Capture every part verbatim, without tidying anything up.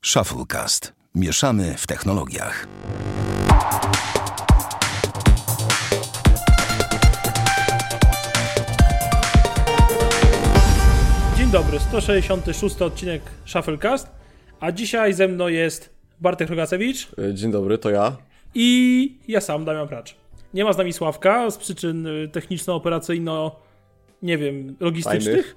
Shufflecast. Mieszamy w technologiach. Dzień dobry, sto sześćdziesiąty szósty odcinek Shufflecast, a dzisiaj ze mną jest Bartek Rogacewicz. Dzień dobry, to ja. I ja sam, Damian Pracz. Nie ma z nami Sławka z przyczyn techniczno-operacyjno, nie wiem, logistycznych.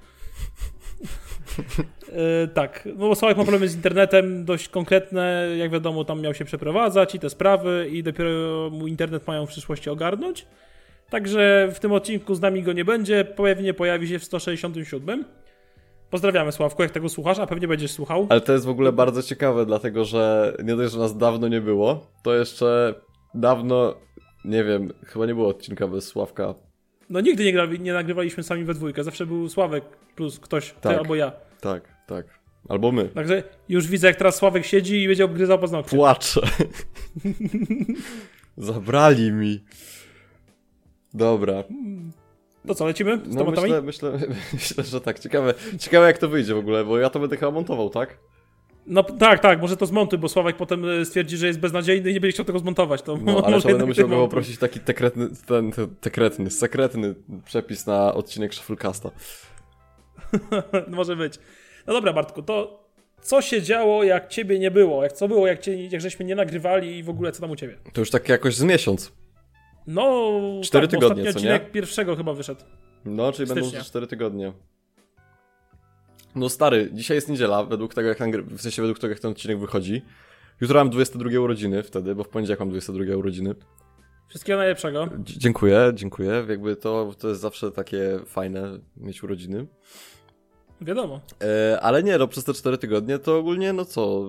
Yy, tak, no bo Sławek ma problemy z internetem dość konkretne, jak wiadomo tam miał się przeprowadzać i te sprawy i dopiero mu internet mają w przyszłości ogarnąć. Także w tym odcinku z nami go nie będzie, pewnie pojawi się w sto sześćdziesiątym siódmym. Pozdrawiamy Sławku, jak tego słuchasz, a pewnie będziesz słuchał. Ale to jest w ogóle bardzo ciekawe, dlatego że nie dość, że nas dawno nie było, to jeszcze dawno, nie wiem, chyba nie było odcinka bez Sławka. No nigdy nie, gra, nie nagrywaliśmy sami we dwójkę, zawsze był Sławek plus ktoś, tak, ty albo ja. Tak, tak. Albo my. Także już widzę, jak teraz Sławek siedzi i będzie obgryzał paznokcie. Płacze. Zabrali mi. Dobra. To co, lecimy z no tematami? Myślę, myślę, myślę, że tak. Ciekawe, ciekawe jak to wyjdzie w ogóle, bo ja to będę chyba montował, tak? No tak, tak, może to zmontuj, bo Sławek potem stwierdzi, że jest beznadziejny i nie będzie chciał tego zmontować. To no, ale to będę musiał go montuj. poprosić taki tekretny, ten, ten tekretny, sekretny przepis na odcinek Shufflecasta. Może być. No dobra, Bartku, to co się działo, jak ciebie nie było? Jak co było, jak, cię, jak żeśmy nie nagrywali i w ogóle co tam u ciebie? To już tak jakoś z miesiąc. No, cztery tak, tygodnie, ostatni co odcinek nie? pierwszego chyba wyszedł. No, czyli Stycznia. będą cztery tygodnie. No stary, dzisiaj jest niedziela, według tego jak nagry... w sensie według tego jak ten odcinek wychodzi. Jutro mam dwudzieste drugie urodziny wtedy, bo w poniedziałek mam dwudzieste drugie urodziny. Wszystkiego najlepszego. Dzie- dziękuję, dziękuję. Jakby to, to jest zawsze takie fajne mieć urodziny. Wiadomo. E, ale nie, no przez te cztery tygodnie to ogólnie, no co...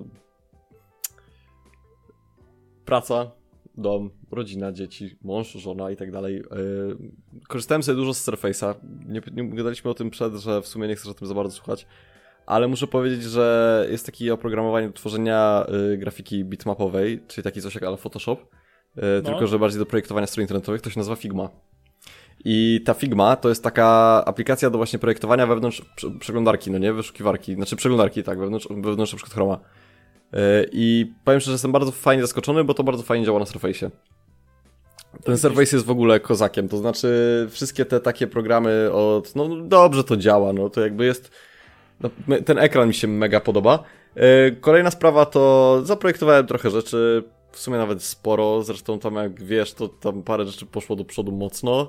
Praca, dom, rodzina, dzieci, mąż, żona i tak dalej. E, korzystałem sobie dużo z Surface'a. Nie, nie gadaliśmy o tym przed, że w sumie nie chcesz o tym za bardzo słuchać. Ale muszę powiedzieć, że jest takie oprogramowanie do tworzenia y, grafiki bitmapowej, czyli taki coś jak ale Photoshop, y, no. tylko że bardziej do projektowania stron internetowych, to się nazywa Figma. I ta Figma to jest taka aplikacja do właśnie projektowania wewnątrz przeglądarki, no nie? Wyszukiwarki, znaczy przeglądarki, tak, wewnątrz, wewnątrz na przykład Chroma. Y, I powiem szczerze, że jestem bardzo fajnie zaskoczony, bo to bardzo fajnie działa na Surface'ie. Ten Surface jest w ogóle kozakiem, to znaczy wszystkie te takie programy od, no dobrze to działa, no to jakby jest... No, ten ekran mi się mega podoba. Kolejna sprawa to zaprojektowałem trochę rzeczy, w sumie nawet sporo, zresztą tam jak wiesz, to tam parę rzeczy poszło do przodu mocno.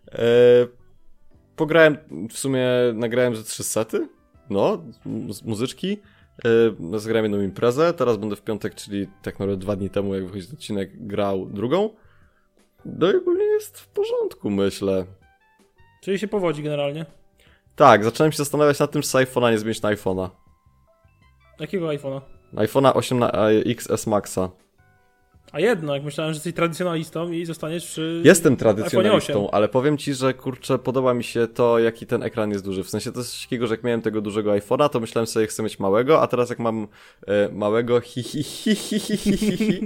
Pograłem, w sumie nagrałem ze trzy sety, no, z muzyczki. Zagrałem jedną imprezę, teraz będę w piątek, czyli tak naprawdę dwa dni temu, jak wychodzi ten odcinek, grał drugą. No i ogólnie jest w porządku, myślę. Czyli się powodzi generalnie. Tak, zacząłem się zastanawiać nad tym, czy z iPhone'a nie zmienić na iPhone'a. Jakiego iPhone'a? Na iPhone'a osiem na X S Maxa. A jednak, myślałem, że jesteś tradycjonalistą i zostaniesz przy... Jestem tradycjonalistą, ale powiem ci, że kurczę, podoba mi się to, jaki ten ekran jest duży. W sensie to jest coś takiego, że jak miałem tego dużego iPhone'a, to myślałem sobie, że chcę mieć małego, a teraz jak mam e, małego hi, hi, hi, hi, hi, hi, hi,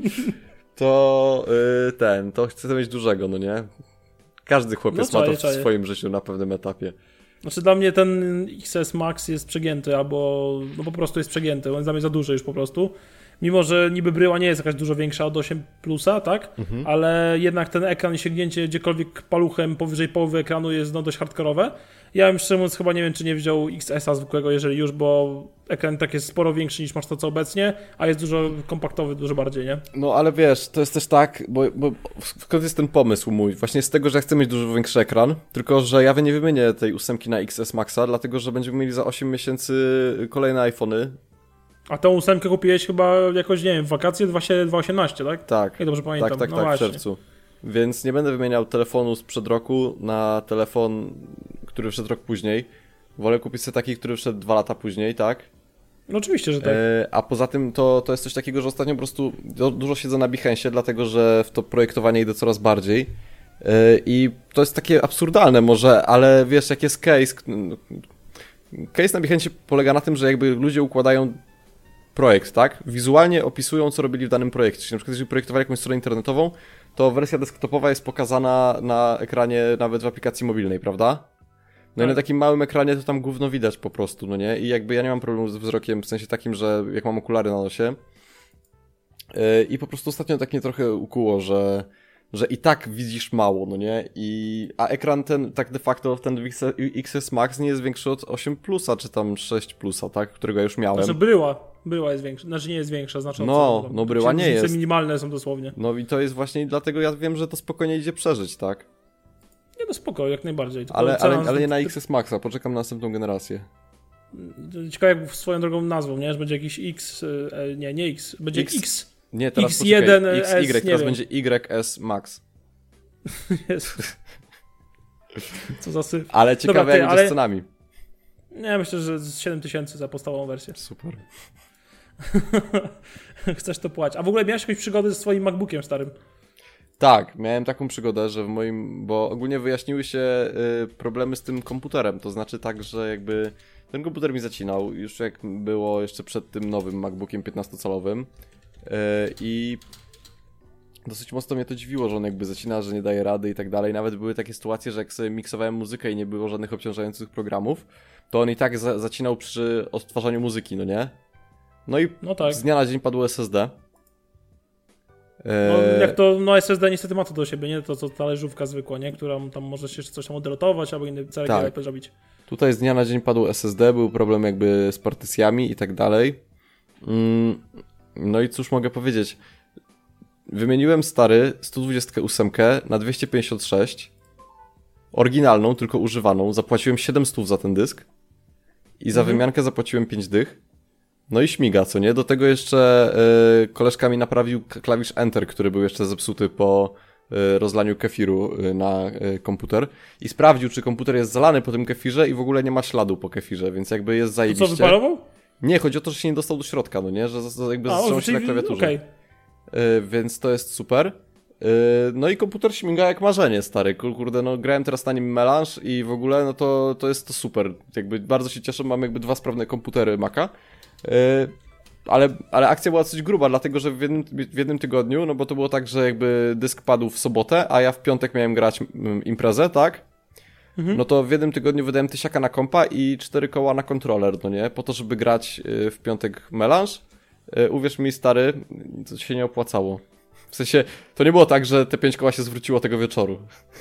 to e, ten, to chcę mieć dużego, no nie? Każdy chłopiec no, ma czaję, to w czaję. swoim życiu na pewnym etapie. Znaczy dla mnie ten X S Max jest przegięty, albo no po prostu jest przegięty, on jest dla mnie za duży już po prostu. Mimo, że niby bryła nie jest jakaś dużo większa od osiem plusa, tak? Mhm. Ale jednak ten ekran i sięgnięcie gdziekolwiek paluchem powyżej połowy ekranu jest no dość hardkorowe. Ja bym szczerze mówiąc chyba nie wiem, czy nie wziął X S a zwykłego, jeżeli już, bo ekran tak jest sporo większy niż masz to co obecnie, a jest dużo kompaktowy, dużo bardziej, nie? No ale wiesz, to jest też tak, bo, bo skąd jest ten pomysł mój? Właśnie z tego, że chcę mieć dużo większy ekran, tylko że ja nie wymienię tej ósemki na X S Maxa, dlatego że będziemy mieli za osiem miesięcy kolejne iPhony. A tą ósemkę kupiłeś chyba jakoś, nie wiem, w wakacje dwa tysiące osiemnaście, tak? Tak. Jak dobrze pamiętam. Tak, tak, no tak, właśnie. w czerwcu. Więc nie będę wymieniał telefonu sprzed roku na telefon, który wszedł rok później. Wolę kupić sobie taki, który wszedł dwa lata później, tak? No oczywiście, że tak. E, a poza tym to, to jest coś takiego, że ostatnio po prostu dużo siedzę na Behance'ie, dlatego że w to projektowanie idę coraz bardziej. E, I to jest takie absurdalne może, ale wiesz, jak jest case... Case na Behance'ie polega na tym, że jakby ludzie układają projekt, tak? Wizualnie opisują, co robili w danym projekcie. Czyli na przykład, jeżeli projektowali jakąś stronę internetową, to wersja desktopowa jest pokazana na ekranie nawet w aplikacji mobilnej, prawda? No i na takim małym ekranie to tam gówno widać po prostu, no nie? I jakby ja nie mam problemu z wzrokiem, w sensie takim, że jak mam okulary na nosie yy, i po prostu ostatnio tak mnie trochę ukuło, że że i tak widzisz mało, no nie? I, a ekran ten, tak de facto ten X S Max nie jest większy od osiem plusa, czy tam sześć plusa, tak? Którego ja już miałem. Znaczy bryła, bryła jest większa, znaczy nie jest większa, znacząco. No, no bryła nie jest. Minimalne są dosłownie. No i to jest właśnie dlatego ja wiem, że to spokojnie idzie przeżyć, tak? Nie no spoko, jak najbardziej. Tylko ale, ale, ale nie na ty... X S Maxa, poczekam na następną generację. Ciekawe jak swoją drogą nazwą, nie? Że będzie jakiś X, nie, nie X, będzie X. X. Nie, teraz X jeden poczekaj, X Y, S, teraz wiem. będzie Y S Max. Jezus. Co za syf. Ale ciekawe Dobra, ty, jak ale... ale... z cenami. Nie, myślę, że z siedem tysięcy za podstawową wersję. Super. Chcesz to płać. A w ogóle miałeś jakąś przygodę ze swoim MacBookiem starym? Tak, miałem taką przygodę, że w moim, bo ogólnie wyjaśniły się y, problemy z tym komputerem, to znaczy tak, że jakby ten komputer mi zacinał, już jak było jeszcze przed tym nowym MacBookiem piętnastocalowym y, i dosyć mocno mnie to dziwiło, że on jakby zacina, że nie daje rady i tak dalej. Nawet były takie sytuacje, że jak sobie miksowałem muzykę i nie było żadnych obciążających programów, to on i tak za zacinał przy odtwarzaniu muzyki, no nie? No i no tak. z dnia na dzień padło S S D. No, jak to, no S S D niestety ma to do siebie, nie? To co talerzówka zwykła, nie? Która tam może się coś tam odelotować albo inny cel tak. lepiej zrobić. Tutaj z dnia na dzień padł S S D, był problem jakby z partycjami i tak dalej. Mm, no i cóż mogę powiedzieć? Wymieniłem stary sto dwadzieścia osiem na dwieście pięćdziesiąt sześć. Oryginalną, tylko używaną. Zapłaciłem siedemset za ten dysk. I za mhm. wymiankę zapłaciłem pięć dych. No i śmiga, co nie? Do tego jeszcze yy, koleżka mi naprawił klawisz Enter, który był jeszcze zepsuty po yy, rozlaniu kefiru yy, na yy, komputer. I sprawdził, czy komputer jest zalany po tym kefirze i w ogóle nie ma śladu po kefirze, więc jakby jest zajebiście. To co, wyparował? Nie, chodzi o to, że się nie dostał do środka, no nie? Że jakby zaczął się na klawiaturze. Okay. Yy, więc to jest super. Yy, no i komputer śmiga jak marzenie, stary. Kurde, no grałem teraz na nim Melange i w ogóle no to, to jest to super. Jakby bardzo się cieszę, mam jakby dwa sprawne komputery Maca. Yy, ale, ale akcja była dosyć gruba, dlatego że w jednym, w jednym tygodniu, no bo to było tak, że jakby dysk padł w sobotę, a ja w piątek miałem grać mm, imprezę, tak? Mhm. No to w jednym tygodniu wydałem tysiaka na kompa i cztery koła na kontroler, no nie? Po to, żeby grać yy, w piątek Melange. Yy, uwierz mi, stary, to się nie opłacało. W sensie, to nie było tak, że te pięć koła się zwróciło tego wieczoru.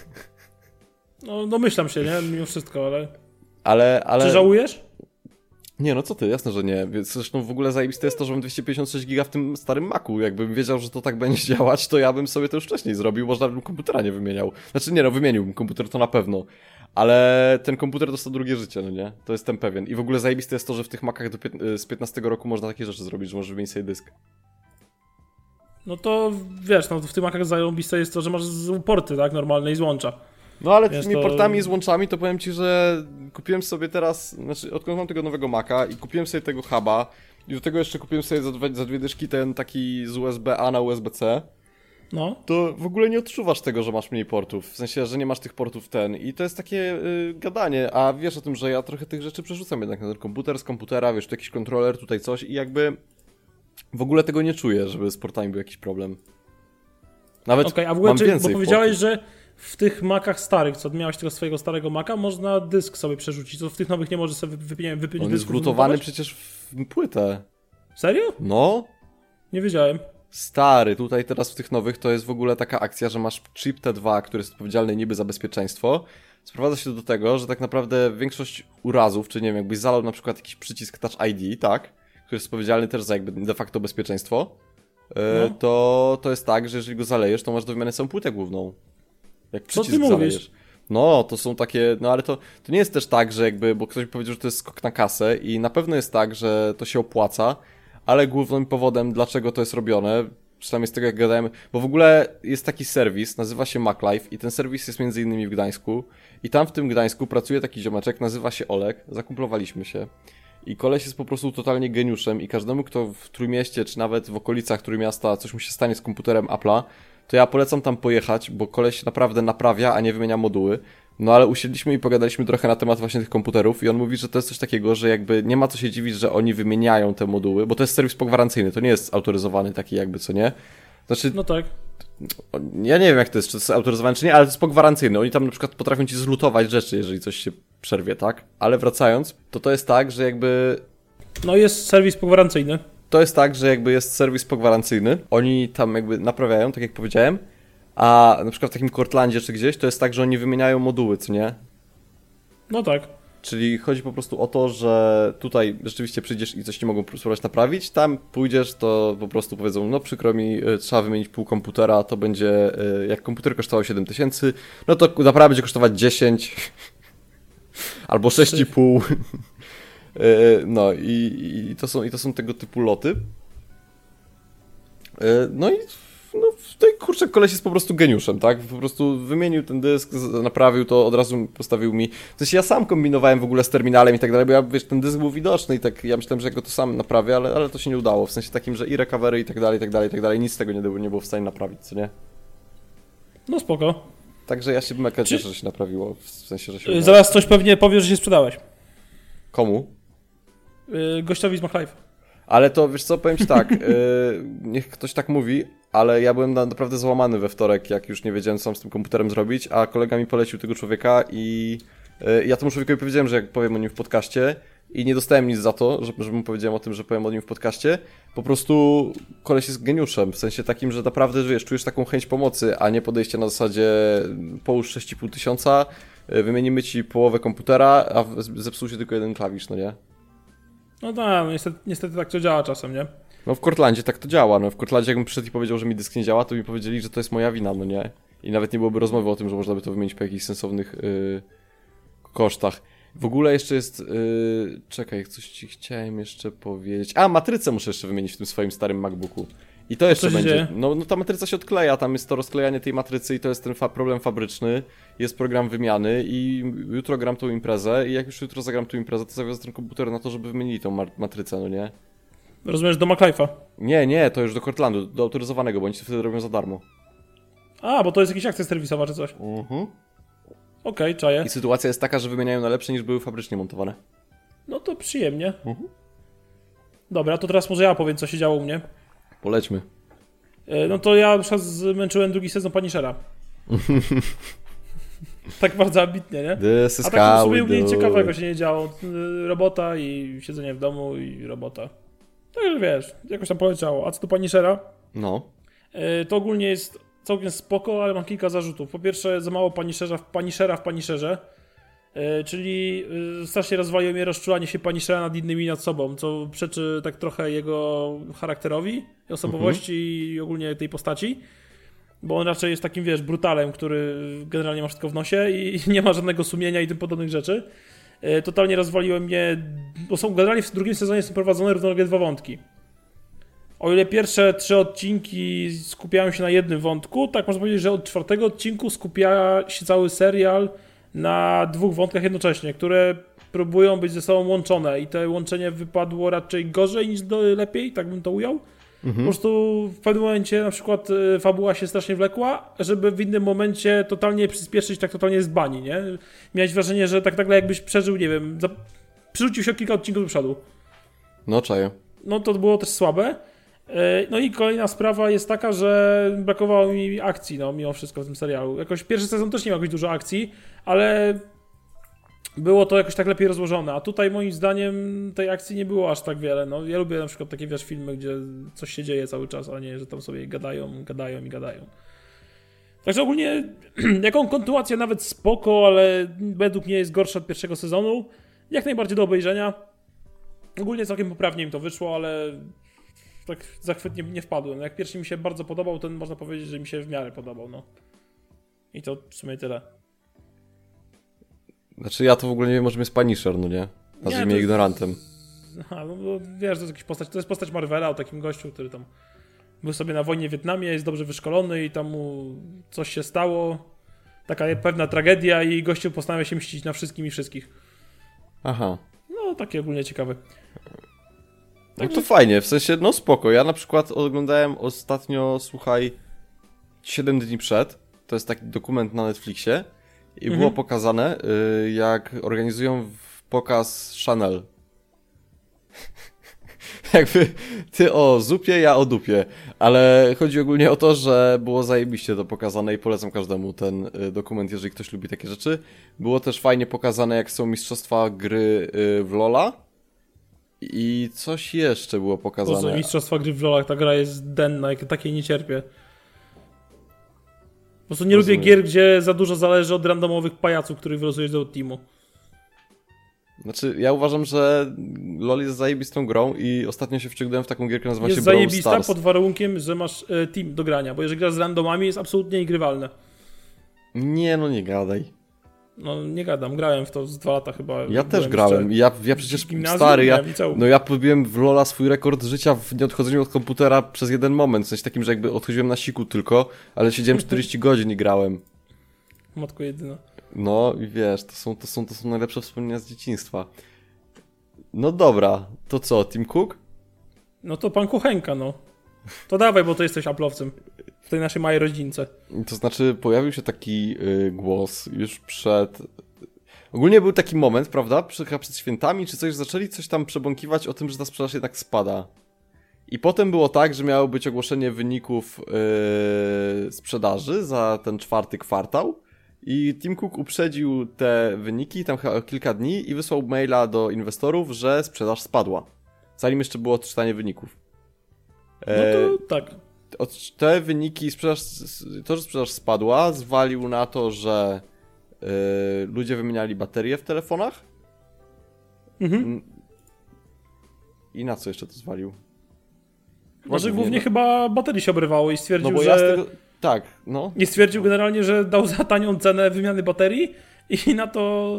No domyślam się, nie? Mimo wszystko, ale... Ale, ale... Czy żałujesz? Nie, no co ty, jasne, że nie. Zresztą w ogóle zajebiste jest to, że mam dwieście pięćdziesiąt sześć giga w tym starym Macu. Jakbym wiedział, że to tak będzie działać, to ja bym sobie to już wcześniej zrobił, można bym komputera nie wymieniał. Znaczy nie, no wymieniłbym komputer, to na pewno. Ale ten komputer dostał drugie życie, no nie? To jestem pewien. I w ogóle zajebiste jest to, że w tych Macach do pię- z piętnastego roku można takie rzeczy zrobić, że możesz wymienić sobie dysk. No to wiesz, no w tych Macach zajebiste jest to, że masz porty, tak? Normalne i złącza. No ale Wiesz, tymi to... portami i złączami to powiem ci, że kupiłem sobie teraz, znaczy odkąd mam tego nowego Maca i kupiłem sobie tego huba i do tego jeszcze kupiłem sobie za dwie, za dwie dyszki ten taki z U S B A na U S B C. No. To w ogóle nie odczuwasz tego, że masz mniej portów, w sensie, że nie masz tych portów ten i to jest takie yy, gadanie, a wiesz o tym, że ja trochę tych rzeczy przerzucam jednak na ten komputer, z komputera, wiesz, tu jakiś kontroler, tutaj coś i jakby w ogóle tego nie czuję, żeby z portami był jakiś problem. Nawet okay, a w ogóle mam czy, więcej bo powiedziałeś, portów. że w tych Macach starych, co miałeś tego swojego starego Maca, można dysk sobie przerzucić, to w tych nowych nie możesz sobie wypiąć dysku. On jest wlutowany przecież w płytę. Serio? No. Nie wiedziałem. Stary, tutaj teraz w tych nowych to jest w ogóle taka akcja, że masz chip T dwa, który jest odpowiedzialny niby za bezpieczeństwo. Sprowadza się do tego, że tak naprawdę większość urazów, czy nie wiem, jakbyś zalał na przykład jakiś przycisk Touch I D, tak? Który jest odpowiedzialny też za jakby de facto bezpieczeństwo, no. to, to jest tak, że jeżeli go zalejesz, to masz do wymiany całą płytę główną. Jak przycisk Co ty zalejesz. Mówisz? No, to są takie, no ale to, to nie jest też tak, że jakby, bo ktoś mi powiedział, że to jest skok na kasę i na pewno jest tak, że to się opłaca, ale głównym powodem, dlaczego to jest robione, przynajmniej z tego jak gadałem, bo w ogóle jest taki serwis, nazywa się MacLife i ten serwis jest między innymi w Gdańsku i tam w tym Gdańsku pracuje taki ziomeczek, nazywa się Olek, zakumplowaliśmy się i koleś jest po prostu totalnie geniuszem i każdemu, kto w Trójmieście czy nawet w okolicach Trójmiasta coś mu się stanie z komputerem Apple'a, to ja polecam tam pojechać, bo koleś naprawdę naprawia, a nie wymienia moduły. No ale usiedliśmy i pogadaliśmy trochę na temat właśnie tych komputerów i on mówi, że to jest coś takiego, że jakby nie ma co się dziwić, że oni wymieniają te moduły, bo to jest serwis pogwarancyjny, to nie jest autoryzowany taki jakby, co nie? Znaczy, no tak. Ja nie wiem jak to jest, czy to jest autoryzowany, czy nie, ale to jest pogwarancyjny. Oni tam na przykład potrafią ci zlutować rzeczy, jeżeli coś się przerwie, tak? Ale wracając, to to jest tak, że jakby... No jest serwis pogwarancyjny. To jest tak, że jakby jest serwis pogwarancyjny, oni tam jakby naprawiają, tak jak powiedziałem, a na przykład w takim Cortlandzie czy gdzieś, to jest tak, że oni wymieniają moduły, co nie? No tak. Czyli chodzi po prostu o to, że tutaj rzeczywiście przyjdziesz i coś nie mogą spróbować naprawić, tam pójdziesz, to po prostu powiedzą, no przykro mi, trzeba wymienić pół komputera, to będzie, jak komputer kosztował siedem tysięcy, no to naprawa będzie kosztować dziesięć albo sześć i pół. No i, i, to są, i to są tego typu loty. No i no, tutaj kurczę, koleś jest po prostu geniuszem, tak? Po prostu wymienił ten dysk, naprawił to, od razu postawił mi... W sensie ja sam kombinowałem w ogóle z terminalem i tak dalej, bo ja, wiesz, ten dysk był widoczny i tak ja myślałem, że ja go to sam naprawię, ale, ale to się nie udało. W sensie takim, że i recovery i tak dalej, i tak dalej, i tak dalej, nic z tego nie było, nie było w stanie naprawić, co nie? No spoko. Także ja się mega cieszę, Czy... że się naprawiło, w sensie, że się udało. Zaraz coś pewnie powie, że się sprzedałeś. Komu? Yy, gościowi z MacLife. Ale to, wiesz co, powiem ci tak, yy, niech ktoś tak mówi, ale ja byłem na, naprawdę złamany we wtorek, jak już nie wiedziałem, co mam z tym komputerem zrobić, a kolega mi polecił tego człowieka i yy, ja temu człowiekowi powiedziałem, że jak powiem o nim w podcaście i nie dostałem nic za to, że, że mu powiedziałem o tym, że powiem o nim w podcaście, po prostu koleś jest geniuszem, w sensie takim, że naprawdę, wiesz, czujesz taką chęć pomocy, a nie podejście na zasadzie połóż sześć i pół tysiąca, yy, wymienimy ci połowę komputera, a zepsuł się tylko jeden klawisz, no nie? No tak, no niestety, niestety tak to działa czasem, nie? No w Cortlandzie tak to działa, no w Cortlandzie jakbym przyszedł i powiedział, że mi dysk nie działa, to mi powiedzieli, że to jest moja wina, no nie? I nawet nie byłoby rozmowy o tym, że można by to wymienić po jakichś sensownych yy, kosztach. W ogóle jeszcze jest, yy, czekaj, coś ci chciałem jeszcze powiedzieć. A, matrycę muszę jeszcze wymienić w tym swoim starym MacBooku. I to jeszcze będzie, no, no ta matryca się odkleja, tam jest to rozklejanie tej matrycy i to jest ten fa- problem fabryczny, jest program wymiany i jutro gram tą imprezę i jak już jutro zagram tą imprezę, to zawiozę ten komputer na to, żeby wymienili tą ma- matrycę, no nie? Rozumiesz, do MacLife'a? Nie, nie, to już do Cortlandu, do autoryzowanego, bo oni to wtedy robią za darmo. A, bo to jest jakiś akces serwisowa czy coś. Mhm. Okej, okay, czaję. I sytuacja jest taka, że wymieniają na lepsze niż były fabrycznie montowane. No to przyjemnie. Mhm. Dobra, to teraz może ja powiem, co się działo u mnie. Polećmy. No to ja na przykład zmęczyłem drugi sezon Punishera. Tak bardzo ambitnie, nie? This is A tak how sobie we u mnie nic do ciekawego it. się nie działo. Robota i siedzenie w domu i robota. Także wiesz, jakoś tam poleciało. A co do Punishera? No. To ogólnie jest całkiem spoko, ale mam kilka zarzutów. Po pierwsze, za mało Punishera w Punishera w Punisherze. Czyli strasznie rozwaliło mnie rozczulanie się Punishera nad innymi nad sobą, co przeczy tak trochę jego charakterowi, osobowości mhm. i ogólnie tej postaci, bo on raczej jest takim, wiesz, brutalem, który generalnie ma wszystko w nosie i nie ma żadnego sumienia i tym podobnych rzeczy. Totalnie rozwaliło mnie, bo są generalnie w drugim sezonie są prowadzone równolegle dwa wątki. O ile pierwsze trzy odcinki skupiają się na jednym wątku, tak można powiedzieć, że od czwartego odcinku skupia się cały serial na dwóch wątkach jednocześnie, które próbują być ze sobą łączone i to łączenie wypadło raczej gorzej niż do, lepiej, tak bym to ujął. Mhm. Po prostu w pewnym momencie na przykład fabuła się strasznie wlekła, żeby w innym momencie totalnie przyspieszyć, tak totalnie z bani, nie? Miałeś wrażenie, że tak nagle jakbyś przeżył, nie wiem, za... przerzucił się o kilka odcinków do przodu. No czaję. No to było też słabe. No i kolejna sprawa jest taka, że brakowało mi akcji, no mimo wszystko w tym serialu. Jakoś pierwszy sezon też nie miał jakoś dużo akcji, ale było to jakoś tak lepiej rozłożone, a tutaj moim zdaniem tej akcji nie było aż tak wiele. No ja lubię na przykład takie, wiesz, filmy, gdzie coś się dzieje cały czas, a nie, że tam sobie gadają, gadają i gadają. Także ogólnie jaką kontynuację nawet spoko, ale według mnie jest gorsza od pierwszego sezonu. Jak najbardziej do obejrzenia. Ogólnie całkiem poprawnie mi to wyszło, ale tak zachwytnie nie wpadłem. Jak pierwszy mi się bardzo podobał, ten można powiedzieć, że mi się w miarę podobał, no. I to w sumie tyle. Znaczy ja to w ogóle nie wiem, może jest Punisher, no nie? Nazwijmy mnie ignorantem. Aha, no, no wiesz, to jest jakiś postać, to jest postać Marvela o takim gościu, który tam był sobie na wojnie w Wietnamie, jest dobrze wyszkolony i tam mu coś się stało, taka pewna tragedia i gościu postanawia się mścić na wszystkim i wszystkich. Aha. No, takie ogólnie ciekawe. No to fajnie, w sensie, no spoko. Ja na przykład oglądałem ostatnio, słuchaj, siedem dni przed, to jest taki dokument na Netflixie i mhm. było pokazane, jak organizują pokaz Chanel. Jakby ty o zupie, ja o dupie. Ale chodzi ogólnie o to, że było zajebiście to pokazane i polecam każdemu ten dokument, jeżeli ktoś lubi takie rzeczy. Było też fajnie pokazane, jak są mistrzostwa gry w LoL'a. I coś jeszcze było pokazane. Boże, mistrzostwa gry w LoL'ach, ta gra jest denna, jak takiej nie cierpię. Po prostu nie Rozumiem. lubię gier, gdzie za dużo zależy od randomowych pajaców, których wylosujesz do teamu. Znaczy, ja uważam, że LoL jest zajebistą grą i ostatnio się wciągnąłem w taką gierkę, nazywa jest się Brawl Stars. Jest zajebista pod warunkiem, że masz e, team do grania, bo jeżeli grasz z randomami, jest absolutnie niegrywalne. Nie, no nie gadaj. No nie gadam, grałem w to z dwa lata chyba. Ja też grałem. Ja, ja przecież stary, ja, no ja podbiłem w LoL'a swój rekord życia w nieodchodzeniu od komputera przez jeden moment. W sensie takim, że jakby odchodziłem na siku tylko, ale siedziałem czterdzieści godzin i grałem. Matko jedyna. No i wiesz, to są, to są, to są najlepsze wspomnienia z dzieciństwa. No dobra, to co, Tim Cook? No to pan Kuchenka, no. To dawaj, bo to jesteś aplowcem w tej naszej małej rodzince. To znaczy, pojawił się taki y, głos już przed... Ogólnie był taki moment, prawda, przed, przed świętami czy coś, zaczęli coś tam przebąkiwać o tym, że ta sprzedaż jednak spada. I potem było tak, że miało być ogłoszenie wyników yy, sprzedaży za ten czwarty kwartał i Tim Cook uprzedził te wyniki tam chyba kilka dni i wysłał maila do inwestorów, że sprzedaż spadła. Zanim jeszcze było odczytanie wyników. No to tak. Te wyniki, sprzedaż, to, że sprzedaż spadła, zwalił na to, że yy, ludzie wymieniali baterie w telefonach. Mhm. I na co jeszcze to zwalił? Może głównie no. chyba baterii się obrywało i stwierdził, no bo że... Ja z tego... Tak, no. I stwierdził generalnie, że dał za tanią cenę wymiany baterii i na to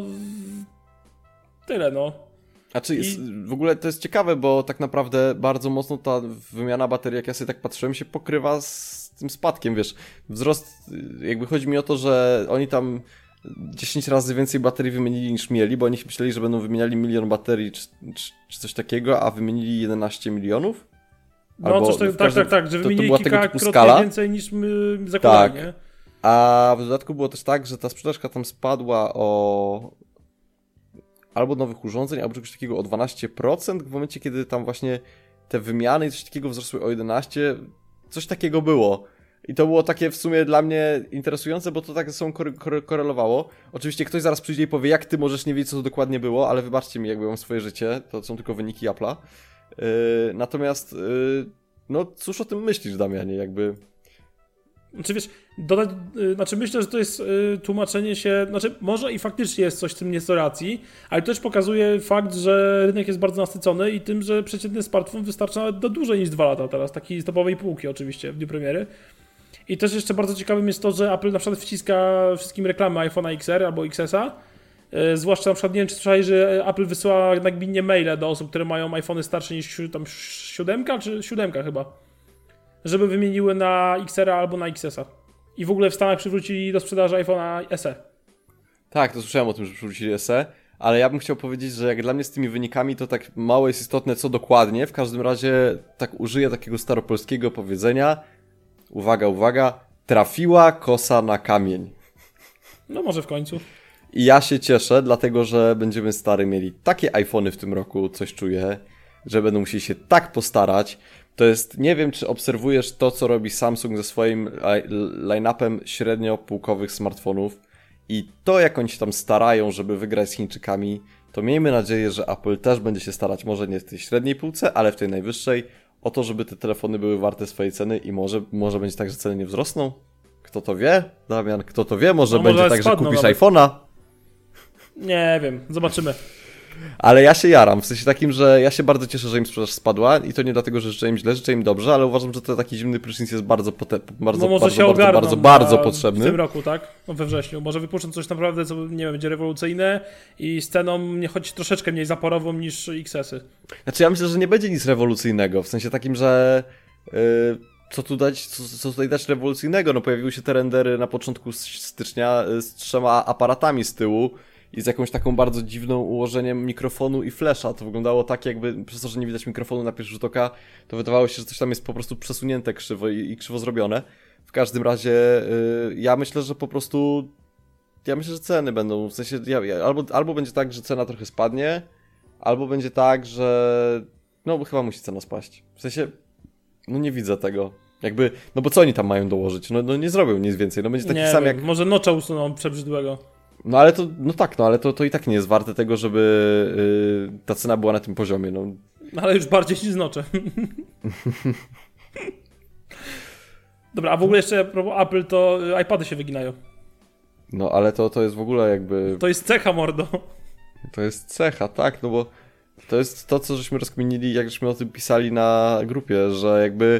tyle, no. Znaczy jest, I... w ogóle to jest ciekawe, bo tak naprawdę bardzo mocno ta wymiana baterii, jak ja sobie tak patrzyłem, się pokrywa z tym spadkiem, wiesz. Wzrost, jakby chodzi mi o to, że oni tam dziesięć razy więcej baterii wymienili niż mieli, bo oni myśleli, że będą wymieniali milion baterii czy, czy, czy coś takiego, a wymienili jedenaście milionów. No Albo coś tak, każdym, tak, tak, że wymienili to, to kilkakrotnie więcej niż my zakładali, tak. Nie? A w dodatku było też tak, że ta sprzedażka tam spadła o albo nowych urządzeń, albo czegoś takiego o dwanaście procent w momencie, kiedy tam właśnie te wymiany i coś takiego wzrosły o jedenaście procent. Coś takiego było. I to było takie w sumie dla mnie interesujące, bo to tak ze sobą kory- korelowało. Oczywiście ktoś zaraz przyjdzie i powie, jak ty możesz nie wiedzieć, co to dokładnie było, ale wybaczcie mi, jakby mam swoje życie, to są tylko wyniki Apple'a. Yy, natomiast, yy, no cóż o tym myślisz, Damianie, jakby... Znaczy wiesz, dodać, yy, znaczy myślę, że to jest yy, tłumaczenie się, znaczy może i faktycznie jest coś w tym nieco racji, ale to też pokazuje fakt, że rynek jest bardzo nasycony i tym, że przeciętny smartfon wystarcza nawet do dłużej niż dwa lata teraz, taki z topowej półki oczywiście w dniu premiery. I też jeszcze bardzo ciekawym jest to, że Apple na przykład wciska wszystkim reklamy iPhone'a X R albo X S a. Yy, zwłaszcza na przykład, nie wiem czy słyszałeś, że Apple wysyła nagminnie maile do osób, które mają iPhony starsze niż tam siódemka czy siódemka chyba, żeby wymieniły na X R a albo na X S a. I w ogóle w Stanach przywrócili do sprzedaży iPhone'a S E. Tak, to słyszałem o tym, że przywrócili S E, ale ja bym chciał powiedzieć, że jak dla mnie z tymi wynikami to tak mało jest istotne co dokładnie, w każdym razie tak użyję takiego staropolskiego powiedzenia, uwaga, uwaga, trafiła kosa na kamień. No może w końcu. I ja się cieszę, dlatego że będziemy stary mieli takie iPhony w tym roku, coś czuję, że będą musieli się tak postarać. To jest, nie wiem czy obserwujesz to, co robi Samsung ze swoim line-upem średnio półkowych smartfonów i to, jak oni się tam starają, żeby wygrać z Chińczykami, to miejmy nadzieję, że Apple też będzie się starać, może nie w tej średniej półce, ale w tej najwyższej, o to, żeby te telefony były warte swojej ceny i może, może będzie tak, że ceny nie wzrosną. Kto to wie? Damian, kto to wie? Może no, będzie może tak, że kupisz nawet iPhone'a? Nie wiem, zobaczymy. Ale ja się jaram, w sensie takim, że ja się bardzo cieszę, że im sprzedaż spadła i to nie dlatego, że życzę im źle, życzę im dobrze, ale uważam, że to taki zimny prysznic jest bardzo, pote- bardzo, no może bardzo, się bardzo, bardzo, bardzo, bardzo potrzebny. W tym roku, tak? No we wrześniu. Może wypuszczą coś naprawdę, co nie wiem, będzie rewolucyjne i z ceną nie choć troszeczkę mniej zaporową niż X S y. Znaczy ja myślę, że nie będzie nic rewolucyjnego, w sensie takim, że yy, co tu dać, co, co tutaj dać rewolucyjnego? No pojawiły się te rendery na początku stycznia z trzema aparatami z tyłu i z jakąś taką bardzo dziwną ułożeniem mikrofonu i flesza. To wyglądało tak, jakby przez to, że nie widać mikrofonu na pierwszy rzut oka, to wydawało się, że coś tam jest po prostu przesunięte krzywo i, i krzywo zrobione. W każdym razie yy, ja myślę, że po prostu ja myślę, że ceny będą, w sensie ja, ja, albo, albo będzie tak, że cena trochę spadnie, albo będzie tak, że no chyba musi cena spaść. W sensie, no nie widzę tego. Jakby, no bo co oni tam mają dołożyć? No, no nie zrobią nic więcej, no będzie taki nie sam wiem, jak... może nocza usuną przebrzydłego. No ale to, no tak, no ale to, to i tak nie jest warte tego, żeby yy, ta cena była na tym poziomie, no. Ale już bardziej niż nocze. Dobra, a w ogóle jeszcze a propos Apple, to iPady się wyginają. No ale to, to jest w ogóle jakby... To jest cecha, mordo. To jest cecha, tak, no bo to jest to, co żeśmy rozkminili, jak żeśmy o tym pisali na grupie, że jakby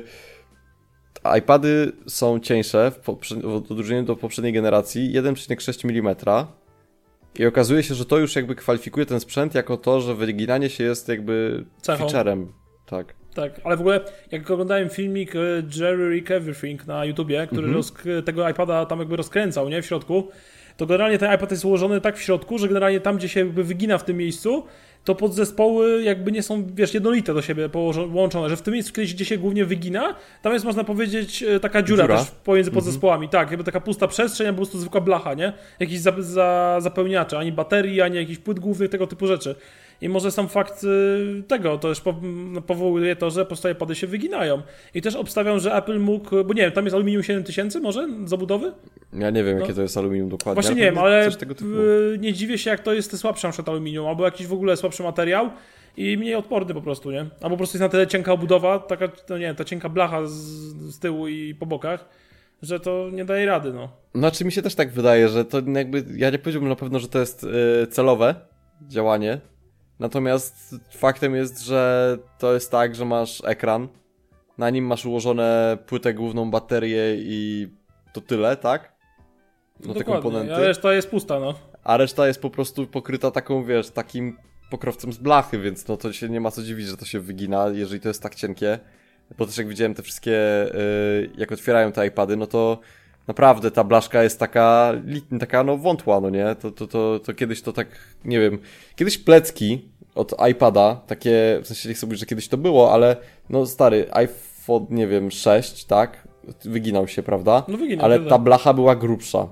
iPady są cieńsze w, poprze- w odróżnieniu do poprzedniej generacji jeden przecinek sześć milimetra i okazuje się, że to już jakby kwalifikuje ten sprzęt jako to, że wyginanie się jest jakby Cechą. featurem. Tak. Tak, ale w ogóle jak oglądałem filmik Jerry Rig Everything na YouTubie, który Mhm. rozk- tego iPada tam jakby rozkręcał, nie, w środku, to generalnie ten iPad jest ułożony tak w środku, że generalnie tam, gdzie się jakby wygina w tym miejscu, to podzespoły jakby nie są, wiesz, jednolite do siebie położone, połączone, że w tym miejscu kiedyś, gdzie się głównie wygina, tam jest, można powiedzieć, taka dziura, Dziura? też pomiędzy podzespołami, tak, jakby taka pusta przestrzeń, a po prostu zwykła blacha, nie? Jakiś za, za, zapełniacze, ani baterii, ani jakichś płyt głównych, tego typu rzeczy. I może sam fakt y, tego to też po, no, powołuje to, że po prostu iPady się wyginają. I też obstawiam, że Apple mógł, bo nie wiem, tam jest aluminium siedem tysięcy może zabudowy? Ja nie wiem, No. jakie to jest aluminium dokładnie. Właśnie nie wiem, pewnie ale coś tego typu. y, nie dziwię się, jak to jest słabsze przed aluminium, albo jakiś w ogóle słabszy materiał i mniej odporny po prostu, nie? Albo po prostu jest na tyle cienka obudowa, taka, no nie wiem, ta cienka blacha z, z tyłu i po bokach, że to nie daje rady, no. Znaczy mi się też tak wydaje, że to jakby, ja nie powiedziałbym na pewno, że to jest y, celowe działanie, natomiast faktem jest, że to jest tak, że masz ekran, na nim masz ułożone płytę główną, baterię i to tyle, tak? No te komponenty. A reszta jest pusta, no. A reszta jest po prostu pokryta taką, wiesz, takim pokrowcem z blachy, więc no to się nie ma co dziwić, że to się wygina, jeżeli to jest tak cienkie. Bo też jak widziałem te wszystkie, yy, jak otwierają te iPady, no to naprawdę ta blaszka jest taka, taka no wątła, no nie? To, to, to, to kiedyś to tak, nie wiem, kiedyś plecki od iPada, takie, w sensie nie chcę mówić, że kiedyś to było, ale no stary, iPhone, nie wiem, sześć, tak? Wyginał się, prawda? No wyginał, ale prawda. ta blacha była grubsza.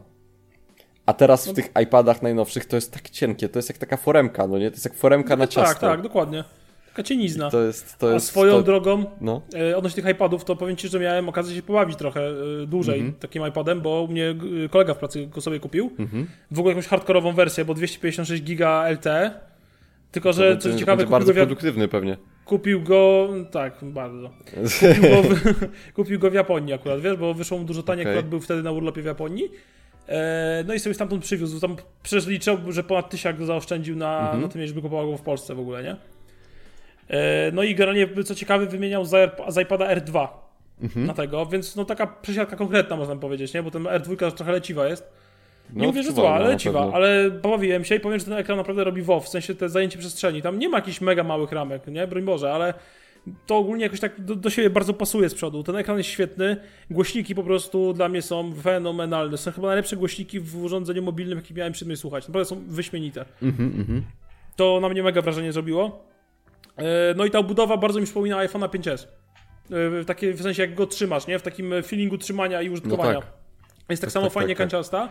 A teraz No. w tych iPadach najnowszych to jest tak cienkie, to jest jak taka foremka, no nie? To jest jak foremka na ciasto. Tak, tak, dokładnie. Taka cienizna. I to jest, to A jest, swoją to... drogą, No. e, odnośnie tych iPadów, to powiem Ci, że miałem okazję się pobawić trochę e, dłużej Mhm. takim iPadem, bo u mnie e, kolega w pracy go sobie kupił. Mhm. W ogóle jakąś hardkorową wersję, bo dwieście pięćdziesiąt sześć giga L T E. Tylko, że To coś będzie- ciekawe, będzie kupił bardzo go, w, produktywny pewnie. kupił go, tak, bardzo. Kupił go, w, kupił go w Japonii akurat, wiesz, bo wyszło mu dużo taniej, Okej. akurat był wtedy na urlopie w Japonii. E, no i sobie stamtąd przywiózł, tam przecież liczył, że ponad tysiak zaoszczędził na, Mhm. na tym, żeby kupował go w Polsce w ogóle, nie? E, no i generalnie, co ciekawe, wymieniał z, Air, z iPada R dwa Mhm. na tego, więc no taka przesiadka konkretna, można powiedzieć, nie? Bo ten R dwa trochę leciwa jest. Nie No, mówię, że odczuwalna zła, ale na leciwa, pewno. ale pobawiłem się i powiem, że ten ekran naprawdę robi wow, w sensie te zajęcie przestrzeni. Tam nie ma jakichś mega małych ramek, nie? Broń Boże, ale to ogólnie jakoś tak do, do siebie bardzo pasuje z przodu. Ten ekran jest świetny, głośniki po prostu dla mnie są fenomenalne. Są chyba najlepsze głośniki w urządzeniu mobilnym, jakie miałem przy mnie słuchać. Naprawdę są wyśmienite. Mhm, mhm. To na mnie mega wrażenie zrobiło. E, No i ta obudowa bardzo mi przypomina iPhone'a pięć S. E, W, takie, w sensie jak go trzymasz, nie? W takim feelingu trzymania i użytkowania. No tak. Jest tak Tak, samo tak, fajnie tak, tak. kanciasta.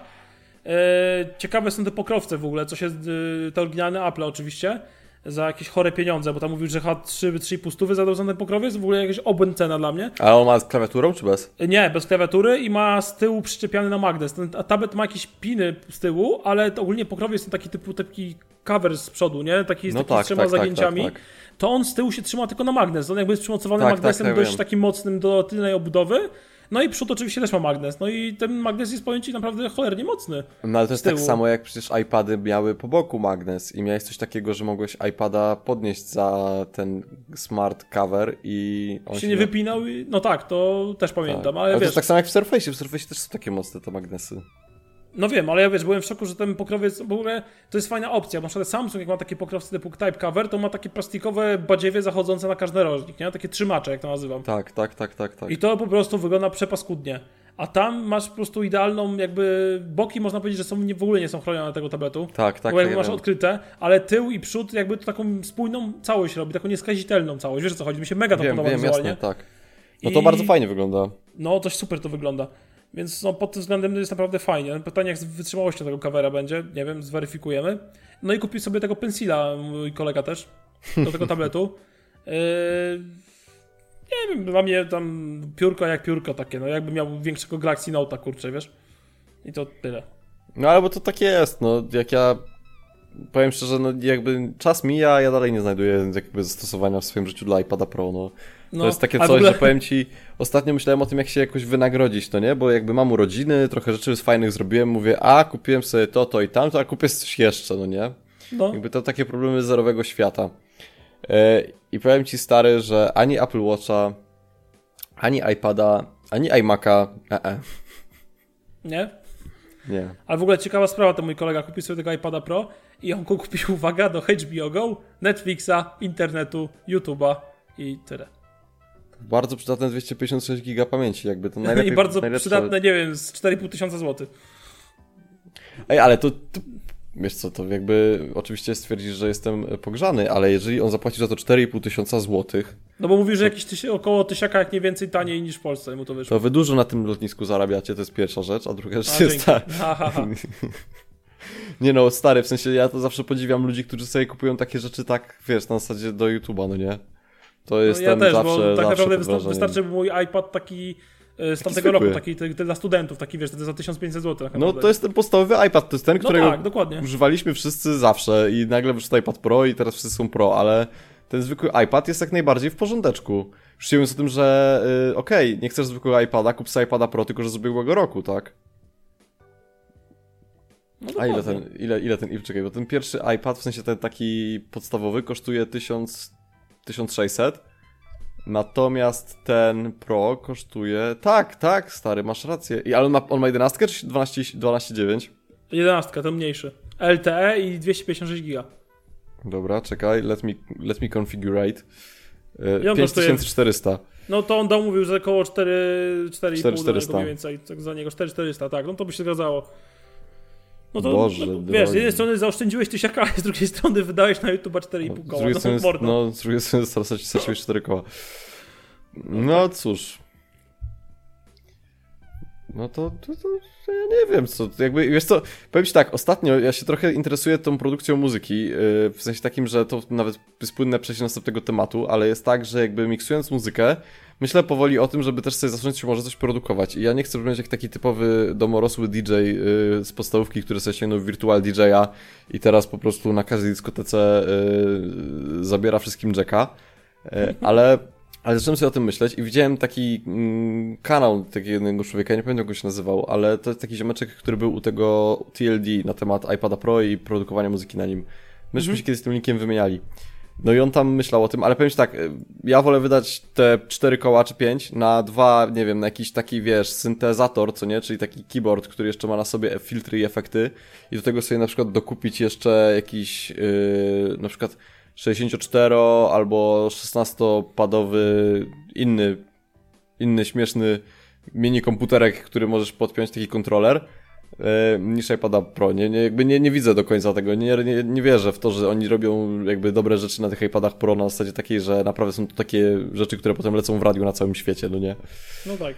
E, Ciekawe są te pokrowce w ogóle, co się, e, te oryginalne Apple oczywiście, za jakieś chore pieniądze, bo tam mówił, że H trzy, trzy i pół stówy zadał za ten pokrowiec, w ogóle jakaś obłęd cena dla mnie. Ale on ma z klawiaturą czy bez? E, Nie, bez klawiatury i ma z tyłu przyczepiany na magnes. Ten tablet ma jakieś piny z tyłu, ale to ogólnie pokrowiec to taki typu taki cover z przodu, nie? Taki z No takimi tak, trzema tak, tak, zagięciami. tak, tak. To on z tyłu się trzyma tylko na magnes. On jakby jest przymocowany Tak, magnesem tak, tak, dość wiem. takim mocnym do tylnej obudowy. No i przód oczywiście też ma magnes. No i ten magnes jest, powiem Ci, naprawdę cholernie mocny. No ale to jest z tyłu. tak samo jak przecież iPady miały po boku magnes i miałeś coś takiego, że mogłeś iPada podnieść za ten smart cover i on się nie wypinał i... No tak, to też pamiętam, Tak. ale to wiesz... jest tak samo jak w Surface. W Surface też są takie mocne te magnesy. No wiem, ale ja wiesz, byłem w szoku, że ten pokrowiec, w ogóle to jest fajna opcja, bo na przykład Samsung jak ma takie pokrowce typu type cover, to ma takie plastikowe badziewie zachodzące na każdy narożnik, nie? Takie trzymacze, jak to nazywam. Tak, tak, tak, tak, tak. I to po prostu wygląda przepaskudnie. A tam masz po prostu idealną, jakby boki można powiedzieć, że są nie, w ogóle nie są chronione tego tabletu. Tak, tak. Bo jakby ja masz wiem. odkryte, ale tył i przód jakby to taką spójną całość robi, taką nieskazitelną całość. Wiesz o co chodzi? Mi się mega to Wiem, podoba wiem, wizualnie. jasne, tak. No to I- bardzo fajnie wygląda. No, to super to wygląda. Więc no, pod tym względem jest naprawdę fajnie. Pytanie, jak z wytrzymałością tego covera będzie, nie wiem, zweryfikujemy. No i kupił sobie tego pensila, mój kolega też, do tego tabletu. Yy, nie wiem, dla mnie tam piórko jak piórko takie, no jakby miał większego Galaxy Note'a, kurczę, wiesz? I to tyle. No ale bo to tak jest, no jak ja powiem szczerze, no jakby czas mija, ja dalej nie znajduję jakby zastosowania w swoim życiu dla iPada Pro, no. To No, jest takie a w coś, ogóle- że powiem ci, ostatnio myślałem o tym, jak się jakoś wynagrodzić, to nie? Bo jakby mam urodziny, trochę rzeczy z fajnych zrobiłem, mówię, a kupiłem sobie to, to i tamto, a kupię coś jeszcze, no nie? No. Jakby to takie problemy zerowego świata. E, I powiem ci, stary, że ani Apple Watcha, ani iPada, ani iMac'a, e, e, Nie? nie. Ale w ogóle ciekawa sprawa, to mój kolega kupił sobie tego iPada Pro i on kupił, uwaga, do H B O Go, Netflixa, internetu, YouTube'a i tyle. Bardzo przydatne dwieście pięćdziesiąt sześć giga pamięci, jakby to najlepiej. I bardzo najlepsze... przydatne, nie wiem, z cztery i pół tysiąca złotych. Ej, ale to, to... Wiesz co, to jakby oczywiście stwierdzisz, że jestem pogrzany, ale jeżeli on zapłaci za to cztery i pół tysiąca złotych, No bo mówił, że jakieś tysi- około tysiaka, jak nie więcej taniej niż w Polsce mu to wyszło. to wy dużo na tym lotnisku zarabiacie, to jest pierwsza rzecz, a druga rzecz A, jest dzięki. ta... Ha, ha, ha. Nie no, stary, w sensie ja to zawsze podziwiam ludzi, którzy sobie kupują takie rzeczy tak, wiesz, na zasadzie do YouTube'a, no nie? To No jestem ja też, zawsze, bo tak zawsze naprawdę pod wysta- wrażeniem. wystarczy by mój iPad taki e, z tamtego zwykły. roku, taki te, te dla studentów, taki wiesz, te za tysiąc pięćset złotych. Tak No naprawdę. to jest ten podstawowy iPad, to jest ten, No którego tak, dokładnie. używaliśmy wszyscy zawsze i nagle wyszedł iPad Pro i teraz wszyscy są Pro, ale ten zwykły iPad jest jak najbardziej w porządeczku. Już nie mówiąc o tym, że yy, okej, okay, nie chcesz zwykłego iPada, kup sobie iPada Pro, tylko że z ubiegłego roku, tak? No A ile dokładnie. ten, ile, ile ten, i czekaj, bo ten pierwszy iPad, w sensie ten taki podstawowy, kosztuje tysiąc, tysiąc sześćset, natomiast ten Pro kosztuje, tak, tak, stary, masz rację. I, ale on ma, on ma jedenastkę czy dwanaście, dwanaście dziewięć? jedenastka, ten mniejszy. L T E i dwieście pięćdziesiąt sześć giga. Dobra, czekaj, let me, let me configurate. I on pięć tysięcy czterysta. No to on dał mówił, że około cztery, cztery i pół czterysta. mniej więcej, tak za niego, cztery tysiące czterysta, tak, no to by się zgadzało. No to, Boże, no, drogi. wiesz, z jednej strony zaoszczędziłeś tysiaka, a z drugiej strony wydałeś na YouTube'a cztery i pół Z koła, drugiej no strony, mordo. no, z drugiej strony straciłeś straciłeś cztery koła. No cóż. No to, to, to, to ja nie wiem co, to jakby, wiesz co, powiem ci tak, ostatnio ja się trochę interesuję tą produkcją muzyki, yy, w sensie takim, że to nawet jest płynne przejść do następnego tematu, ale jest tak, że jakby miksując muzykę, myślę powoli o tym, żeby też sobie zacząć może coś produkować i ja nie chcę brzmieć jak taki typowy domorosły D J yy, z podstawówki, który sobie sięgnął Virtual D J a i teraz po prostu na każdej dyskotece yy, zabiera wszystkim jacka, yy, ale... Ale zacząłem sobie o tym myśleć i widziałem taki mm, kanał takiego jednego człowieka, nie pamiętam jak go się nazywał, ale to jest taki ziomeczek, który był u tego T L D na temat iPada Pro i produkowania muzyki na nim. Myśmy Mhm. się kiedyś z tym linkiem wymieniali. No i on tam myślał o tym, ale powiem ci tak, ja wolę wydać te cztery koła czy pięć na dwa, nie wiem, na jakiś taki, wiesz, syntezator, co nie, czyli taki keyboard, który jeszcze ma na sobie filtry i efekty i do tego sobie na przykład dokupić jeszcze jakiś, yy, na przykład sześćdziesięciocztero albo szesnastopadowy inny, inny śmieszny mini komputerek, który możesz podpiąć, taki kontroler yy, niż iPada Pro. Nie, nie, jakby nie, nie widzę do końca tego. Nie, nie, nie wierzę w to, że oni robią jakby dobre rzeczy na tych iPadach Pro na zasadzie takiej, że naprawdę są to takie rzeczy, które potem lecą w radiu na całym świecie, no nie? No tak.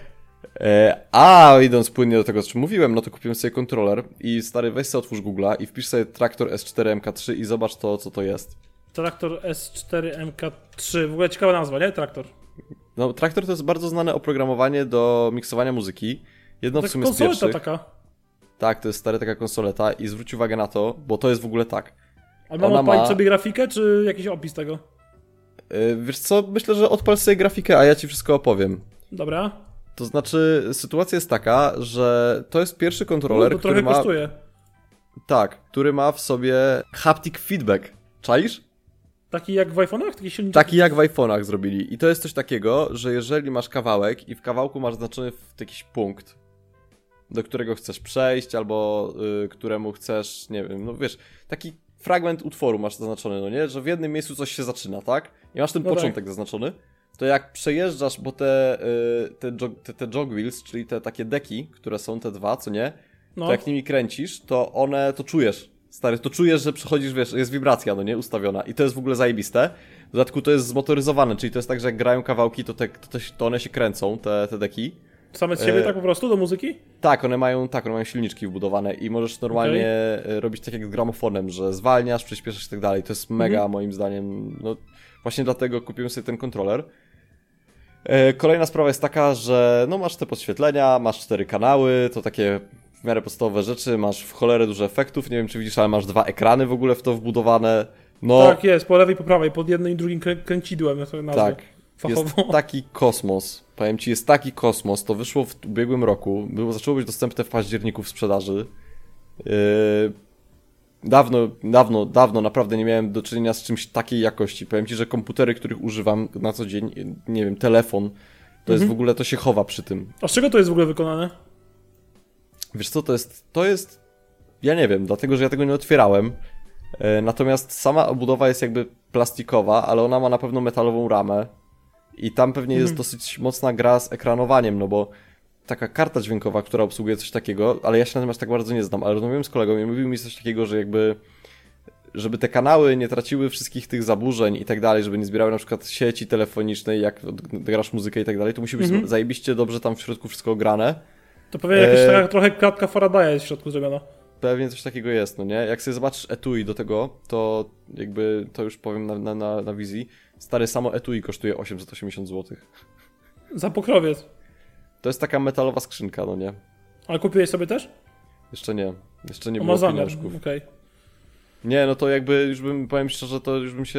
E, a idąc płynnie do tego, o czym mówiłem, no to kupiłem sobie kontroler i stary, weź sobie otwórz Google'a i wpisz sobie Traktor S cztery M K trzy i zobacz to, co to jest. Traktor S cztery M K trzy, w ogóle ciekawa nazwa, nie? Traktor. No, Traktor to jest bardzo znane oprogramowanie do miksowania muzyki. Jedno Tak w sumie z konsoleta pierwszych. taka. Tak, to jest stary taka konsoleta i zwróć uwagę na to, bo to jest w ogóle tak. Ale mam Ona odpalić ma- sobie grafikę, czy jakiś opis tego? Yy, wiesz co, myślę, że odpal sobie grafikę, a ja ci wszystko opowiem. Dobra. To znaczy, sytuacja jest taka, że to jest pierwszy kontroler, No, to który trochę ma... kosztuje. Tak, który ma w sobie haptic feedback. Czaisz? Taki jak w iPhone'ach? Taki silnik? Taki jak w iPhone'ach zrobili. I to jest coś takiego, że jeżeli masz kawałek i w kawałku masz zaznaczony w jakiś punkt, do którego chcesz przejść, albo y, któremu chcesz, nie wiem, no wiesz, taki fragment utworu masz zaznaczony, no nie? Że w jednym miejscu coś się zaczyna, tak? I masz ten No początek tak. zaznaczony, to jak przejeżdżasz, bo te, y, te, jog, te, te jog wheels, czyli te takie deki, które są te dwa, co nie? No. To jak nimi kręcisz, to one, to czujesz, stary, to czujesz, że przechodzisz, wiesz, jest wibracja, no nie, ustawiona i to jest w ogóle zajebiste. W dodatku to jest zmotoryzowane, czyli to jest tak, że jak grają kawałki, to, te, to, te, to one się kręcą, te, te deki. Same z siebie, e... tak po prostu, do muzyki? Tak, one mają, tak, one mają silniczki wbudowane i możesz normalnie okay. robić tak jak z gramofonem, że zwalniasz, przyspieszasz i tak dalej. To jest mega, mhm. moim zdaniem, no właśnie dlatego kupiłem sobie ten kontroler. E, kolejna sprawa jest taka, że no masz te podświetlenia, masz cztery kanały, to takie w miarę podstawowe rzeczy, masz w cholerę dużo efektów, nie wiem czy widzisz, ale masz dwa ekrany w ogóle w to wbudowane. No, tak jest, po lewej i po prawej, pod jednym i drugim krę kręcidłem, ja sobie nazwę. Tak, fachowo. Jest taki kosmos, powiem ci, jest taki kosmos, to wyszło w ubiegłym roku, było, zaczęło być dostępne w październiku w sprzedaży. Yy, dawno, dawno, dawno naprawdę nie miałem do czynienia z czymś takiej jakości. Powiem ci, że komputery, których używam na co dzień, nie wiem, telefon, to mhm. jest w ogóle, to się chowa przy tym. A z czego to jest w ogóle wykonane? Wiesz co, to jest, to jest, ja nie wiem, dlatego, że ja tego nie otwierałem. Natomiast sama obudowa jest jakby plastikowa, ale ona ma na pewno metalową ramę i tam pewnie jest mm. dosyć mocna gra z ekranowaniem, no bo taka karta dźwiękowa, która obsługuje coś takiego, ale ja się natomiast tak bardzo nie znam, ale rozmawiałem z kolegą i mówił mi coś takiego, że jakby żeby te kanały nie traciły wszystkich tych zaburzeń i tak dalej, żeby nie zbierały na przykład sieci telefonicznej, jak grasz muzykę i tak dalej, to musi być mm-hmm. zajebiście dobrze tam w środku wszystko ograne. To pewnie jakaś e... taka trochę klatka Faradaya jest w środku zrobiona. Pewnie coś takiego jest, no nie? Jak sobie zobaczysz etui do tego, to jakby, to już powiem na, na, na, na wizji, stare samo etui kosztuje osiemset osiemdziesiąt złotych. Za pokrowiec. To jest taka metalowa skrzynka, no nie? Ale kupiłeś sobie też? Jeszcze nie. Jeszcze nie o, było zamiar. pieniążków. Okay. Nie, no to jakby już bym, powiem szczerze, to już bym się...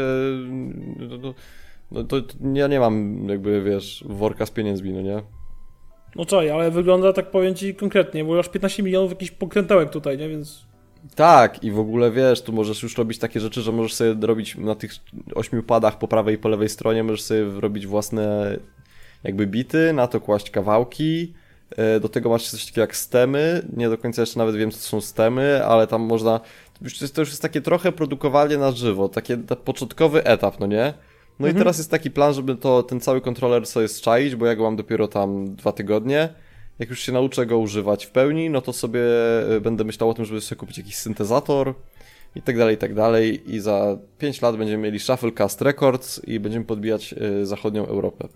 No, no, no to ja nie mam jakby, wiesz, worka z pieniędzmi, no nie? No czaj, ale wygląda, tak powiem ci konkretnie, bo już piętnaście milionów jakichś pokrętełek tutaj, nie, więc... Tak, i w ogóle wiesz, tu możesz już robić takie rzeczy, że możesz sobie robić na tych ośmiu padach po prawej i po lewej stronie, możesz sobie robić własne jakby bity, na to kłaść kawałki, do tego masz coś takiego jak stemy, nie do końca jeszcze nawet wiem co to są stemy, ale tam można, to już jest takie trochę produkowanie na żywo, taki początkowy etap, no nie? No mhm. i teraz jest taki plan, żeby to, ten cały kontroler sobie zczaić, bo ja go mam dopiero tam dwa tygodnie. Jak już się nauczę go używać w pełni, no to sobie będę myślał o tym, żeby sobie kupić jakiś syntezator i tak dalej, i tak dalej. I za pięć lat będziemy mieli Shufflecast Records i będziemy podbijać zachodnią Europę.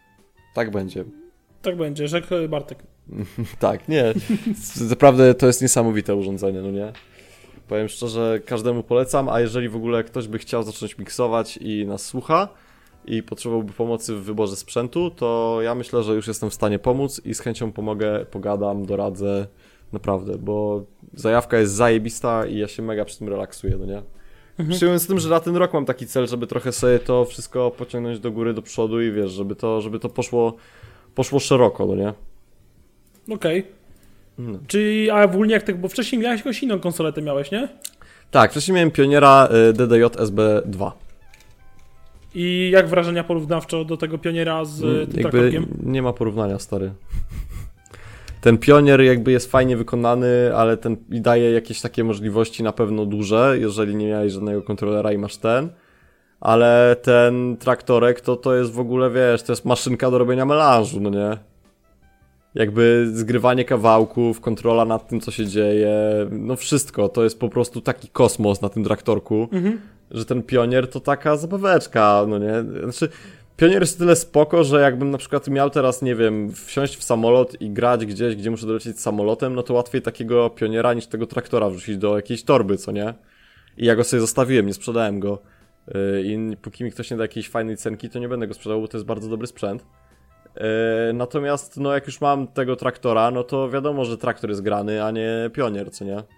Tak będzie. Tak będzie, rzekł Bartek. Tak, nie. Naprawdę to jest niesamowite urządzenie, no nie? Powiem szczerze, każdemu polecam, a jeżeli w ogóle ktoś by chciał zacząć miksować i nas słucha i potrzebowałby pomocy w wyborze sprzętu, to ja myślę, że już jestem w stanie pomóc i z chęcią pomogę, pogadam, doradzę, naprawdę, bo zajawka jest zajebista i ja się mega przy tym relaksuję, no nie? Mhm. Przyjąłem z tym, że na ten rok mam taki cel, żeby trochę sobie to wszystko pociągnąć do góry, do przodu i wiesz, żeby to, żeby to poszło, poszło szeroko, no nie? Okej. Okay. No. Czyli, a ogólnie jak tak, bo wcześniej miałeś jakąś inną konsoletę, miałeś, nie? Tak, wcześniej miałem Pioniera D D J S B dwa. I jak wrażenia porównawczo do tego Pioniera z hmm, tym jakby nie ma porównania, stary. Ten Pionier jakby jest fajnie wykonany, ale ten i daje jakieś takie możliwości na pewno duże, jeżeli nie miałeś żadnego kontrolera i masz ten. Ale ten traktorek to to jest w ogóle, wiesz, to jest maszynka do robienia melanżu, no nie? Jakby zgrywanie kawałków, kontrola nad tym, co się dzieje, no wszystko, to jest po prostu taki kosmos na tym traktorku, mhm. że ten Pionier to taka zabaweczka, no nie? Znaczy, Pionier jest tyle spoko, że jakbym na przykład miał teraz, nie wiem, wsiąść w samolot i grać gdzieś, gdzie muszę dolecieć samolotem, no to łatwiej takiego Pioniera niż tego traktora wrzucić do jakiejś torby, co nie? I ja go sobie zostawiłem, nie sprzedałem go. I póki mi ktoś nie da jakiejś fajnej cenki, to nie będę go sprzedał, bo to jest bardzo dobry sprzęt. Natomiast, no jak już mam tego traktora, no to wiadomo, że traktor jest grany, a nie Pionier, co nie?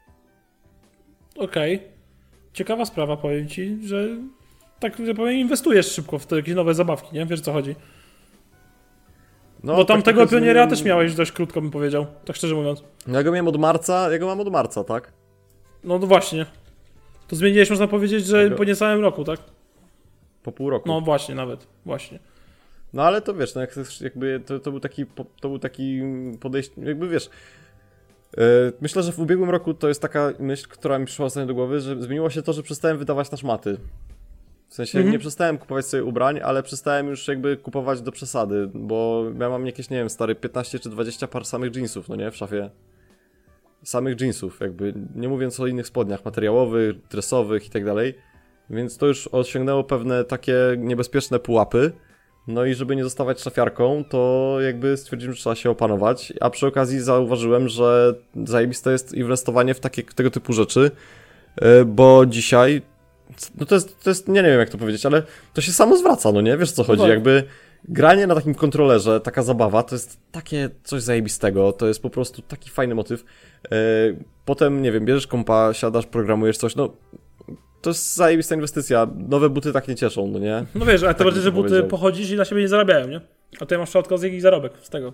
Okej. Okay. Ciekawa sprawa, powiem ci, że tak, że powiem, inwestujesz szybko w te jakieś nowe zabawki, nie? Wiesz, co chodzi. No, bo tamtego tak Pioniera z... też miałeś dość krótko, bym powiedział, tak szczerze mówiąc. Ja go miałem od marca, ja go mam od marca, tak? No to właśnie. To zmieniłeś, można powiedzieć, że Tego... po niecałym roku, tak? Po pół roku. No właśnie, nawet, właśnie. No ale to wiesz, no jak, jakby to, to był taki to był taki podejście, jakby wiesz, yy, myślę, że w ubiegłym roku to jest taka myśl, która mi przyszła ostatnio do głowy, że zmieniło się to, że przestałem wydawać na szmaty. W sensie mhm. nie przestałem kupować sobie ubrań, ale przestałem już jakby kupować do przesady, bo ja mam jakieś, nie wiem, stary piętnaście czy dwadzieścia par samych jeansów, no nie, w szafie. Samych jeansów, jakby, nie mówiąc o innych spodniach materiałowych, dresowych i tak dalej. Więc to już osiągnęło pewne takie niebezpieczne pułapy. No i żeby nie zostawać szafiarką, to jakby stwierdziłem, że trzeba się opanować, a przy okazji zauważyłem, że zajebiste jest inwestowanie w takie, tego typu rzeczy, bo dzisiaj, no to jest, to jest, nie, nie wiem jak to powiedzieć, ale to się samo zwraca, no nie? Wiesz co chodzi, tak. jakby granie na takim kontrolerze, taka zabawa, to jest takie coś zajebistego, to jest po prostu taki fajny motyw. Potem, nie wiem, bierzesz kompa, siadasz, programujesz coś, no to jest zajebista inwestycja. Nowe buty tak nie cieszą, no nie? No wiesz, ale to tak bardziej, że buty powiedział. pochodzisz i na siebie nie zarabiają, nie? A tutaj masz w przypadku jakiś zarobek z tego.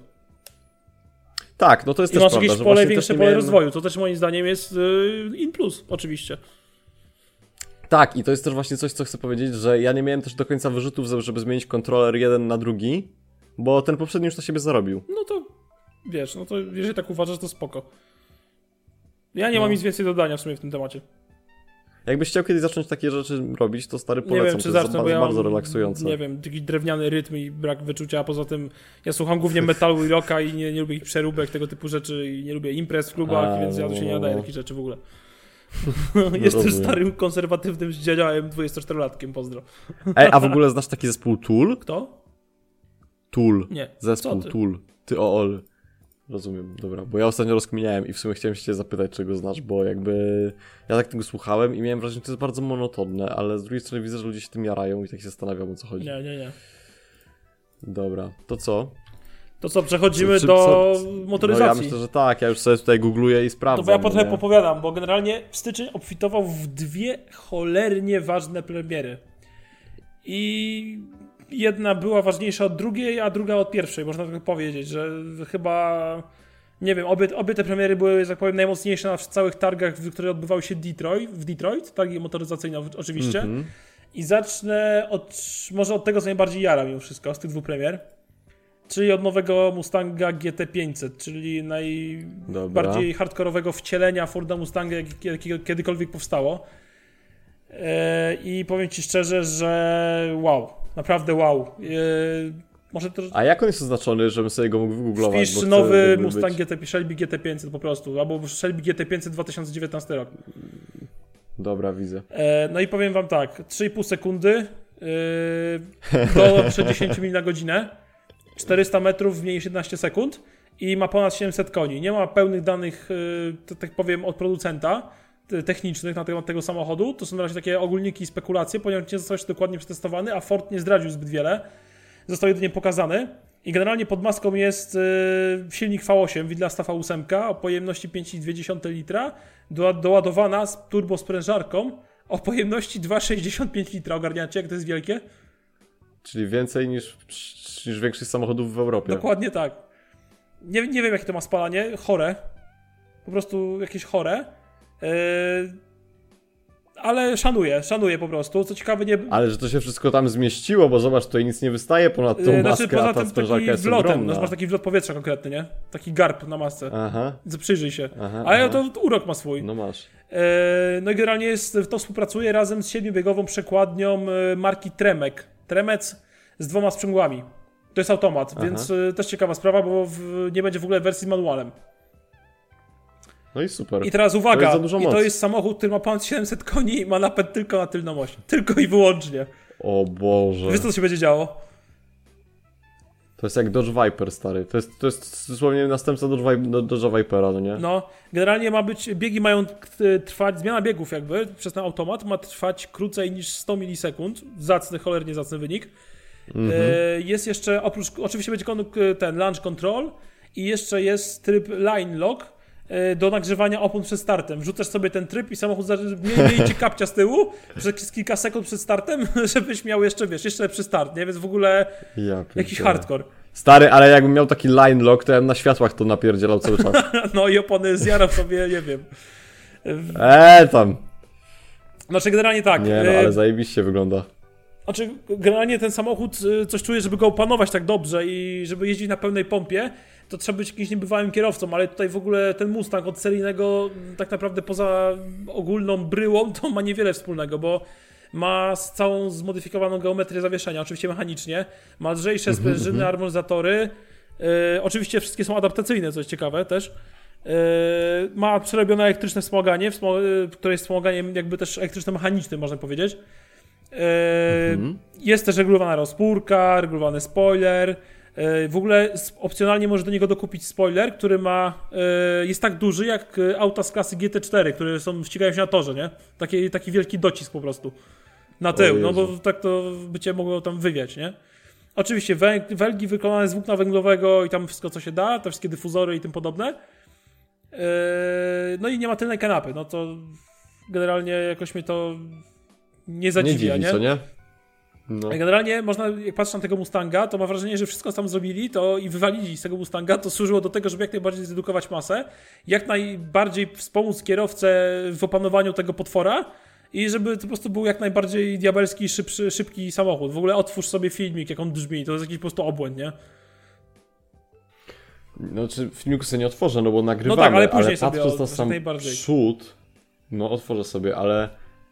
Tak, no to jest I też masz prawda, jakieś że pole, właśnie większe też nie pole miałem... rozwoju, to też moim zdaniem jest yy, in plus, oczywiście. Tak, i to jest też właśnie coś, co chcę powiedzieć, że ja nie miałem też do końca wyrzutów, żeby zmienić kontroler jeden na drugi, bo ten poprzedni już na siebie zarobił. No to wiesz, no to jeżeli tak uważasz, to spoko. Ja nie No. mam nic więcej dodania w sumie w tym temacie. Jakbyś chciał kiedyś zacząć takie rzeczy robić, to stary Nie polecam, wiem, czy to jest zacznę, bardzo, bo ja bardzo mam, relaksujące. nie wiem, taki drewniany rytm i brak wyczucia, a poza tym ja słucham głównie metalu i rocka i nie, nie lubię ich przeróbek, tego typu rzeczy i nie lubię imprez w klubach, A, więc ja tu się nie nadaję no. takich rzeczy w ogóle. Jestem rozumiem. starym, konserwatywnym dziadziołem dwudziestoczterolatkiem, pozdro. Ej, a w ogóle znasz taki zespół Tool? Kto? Tool. Nie. Zespół Co ty? Tool. Ty o ol. Rozumiem, dobra, bo ja ostatnio rozkminiałem i w sumie chciałem się cię zapytać, czego znasz, bo jakby ja tak tego słuchałem i miałem wrażenie, że to jest bardzo monotonne, ale z drugiej strony widzę, że ludzie się tym jarają i tak się zastanawiam, o co chodzi. Nie, nie, nie. Dobra, to co? To co, przechodzimy Czy- czy- do co- motoryzacji. No ja myślę, że tak, ja już sobie tutaj googluję i sprawdzam. No bo ja no potem nie? popowiadam, bo generalnie styczeń obfitował w dwie cholernie ważne premiery. I jedna była ważniejsza od drugiej, a druga od pierwszej, można tak powiedzieć, że chyba, nie wiem, obie, obie te premiery były, że tak powiem, najmocniejsze na całych targach, które odbywały się Detroit, w Detroit, targi motoryzacyjne oczywiście. Mm-hmm. I zacznę od, może od tego, co najbardziej jara mimo wszystko, z tych dwóch premier. Czyli od nowego Mustanga G T pięćset, czyli najbardziej Dobra. hardkorowego wcielenia Forda Mustanga, jakiego kiedykolwiek powstało. I powiem Ci szczerze, że wow, naprawdę wow. Może to... A jak on jest oznaczony, żebym sobie go mógł wygooglować? Wpisz bo chcę nowy jakby Mustang być... G T, Shelby G T pięćset po prostu, albo Shelby G T pięćset dwa tysiące dziewiętnasty rok. Dobra, widzę. No i powiem Wam tak, trzy i pół sekundy do sześćdziesiąt mil na godzinę, czterysta metrów w mniej niż jedenaście sekund i ma ponad siedemset koni. Nie ma pełnych danych, tak powiem, od producenta technicznych na temat tego samochodu. To są na razie takie ogólniki i spekulacje, ponieważ nie został jeszcze dokładnie przetestowany, a Ford nie zdradził zbyt wiele. Został jedynie pokazany i generalnie pod maską jest silnik V osiem Widlasta V osiem o pojemności pięć i dwie dziesiąte litra, doładowana z turbosprężarką o pojemności dwa przecinek sześćdziesiąt pięć litra. Ogarniacie, jak to jest wielkie? Czyli więcej niż, niż większość samochodów w Europie. Dokładnie tak. Nie, nie wiem, jakie to ma spalanie. Chore. Po prostu jakieś chore. Yy... Ale szanuję, szanuję po prostu. Co ciekawe, nie... Ale że to się wszystko tam zmieściło, bo zobacz, tutaj nic nie wystaje ponad tą Yy, maskę, znaczy, poza a ta tym sprężarka taki jest wlotem. ogromna. No, masz taki wlot powietrza konkretny, nie? Taki garb na masce. Aha. Przyjrzyj się. Aha, Ale aha. to, to urok ma swój. No masz. Yy, no i generalnie jest, to współpracuje razem z siedmiobiegową przekładnią yy, marki Tremek. Tremec z dwoma sprzęgłami. To jest automat, Aha. więc yy, też ciekawa sprawa, bo w, nie będzie w ogóle wersji z manualem. No i super. I teraz uwaga, To jest za dużo i to mocy. jest samochód, który ma ponad siedemset koni i ma napęd tylko na tylną oś. Tylko i wyłącznie. O Boże. Wiesz, co się będzie działo? To jest jak Dodge Viper, stary. To jest, to jest dosłownie następca Dodge, Vi- do- Dodge'a Vipera, no nie? No, generalnie ma być, biegi mają t- trwać, zmiana biegów jakby przez ten automat ma trwać krócej niż sto milisekund. Zacny, cholernie zacny wynik. Mhm. E, jest jeszcze, oprócz, oczywiście będzie kon- ten launch control i jeszcze jest tryb line lock e, do nagrzewania opon przed startem. Wrzucasz sobie ten tryb i samochód mieli ci kapcia z tyłu przez kilka sekund przed startem, żebyś miał jeszcze, wiesz, jeszcze lepszy start, nie? Więc w ogóle Ja jakiś pierdzielę. hardcore. Stary, ale jakbym miał taki line lock, to ja bym na światłach to napierdzielał cały czas. No i opony zjarał sobie, nie wiem. Eee, tam. Znaczy generalnie tak. Nie no, ale zajebiście wygląda. Znaczy, generalnie ten samochód, coś czuję, żeby go opanować tak dobrze i żeby jeździć na pełnej pompie, to trzeba być jakimś niebywałym kierowcą, ale tutaj w ogóle ten Mustang od seryjnego tak naprawdę poza ogólną bryłą to ma niewiele wspólnego, bo ma całą zmodyfikowaną geometrię zawieszenia, oczywiście mechanicznie, ma lżejsze sprężyny, mm-hmm. armonizatory, yy, oczywiście wszystkie są adaptacyjne, co jest ciekawe też. Yy, ma przerobione elektryczne wspomaganie, wspom- które jest wspomaganiem jakby też elektryczno-mechanicznym, można powiedzieć. mhm. Jest też regulowana rozpórka, regulowany spoiler. W ogóle opcjonalnie możesz do niego dokupić spoiler, który ma, jest tak duży jak auta z klasy G T cztery, które są, ścigają się na torze, nie? Taki, taki wielki docisk po prostu na tył, no bo tak to by cię mogło tam wywiać, nie? Oczywiście welgi wykonane z włókna węglowego i tam wszystko co się da, te wszystkie dyfuzory i tym podobne. No i nie ma tylnej kanapy, no to generalnie jakoś mnie to nie zadziwia, nie? Dziwi, nie? Co, nie? No. Generalnie można, jak patrzę na tego Mustanga, to mam wrażenie, że wszystko co tam zrobili to i wywalili z tego Mustanga, to służyło do tego, żeby jak najbardziej zedukować masę, jak najbardziej wspomóc kierowcę w opanowaniu tego potwora i żeby to po prostu był jak najbardziej diabelski, szybszy, szybki samochód. W ogóle otwórz sobie filmik, jak on brzmi, to jest jakiś po prostu obłęd, nie? No czy filmiku sobie nie otworzę, no bo nagrywamy, no tak, ale później ale sobie patrząc na sam przód, no otworzę sobie, ale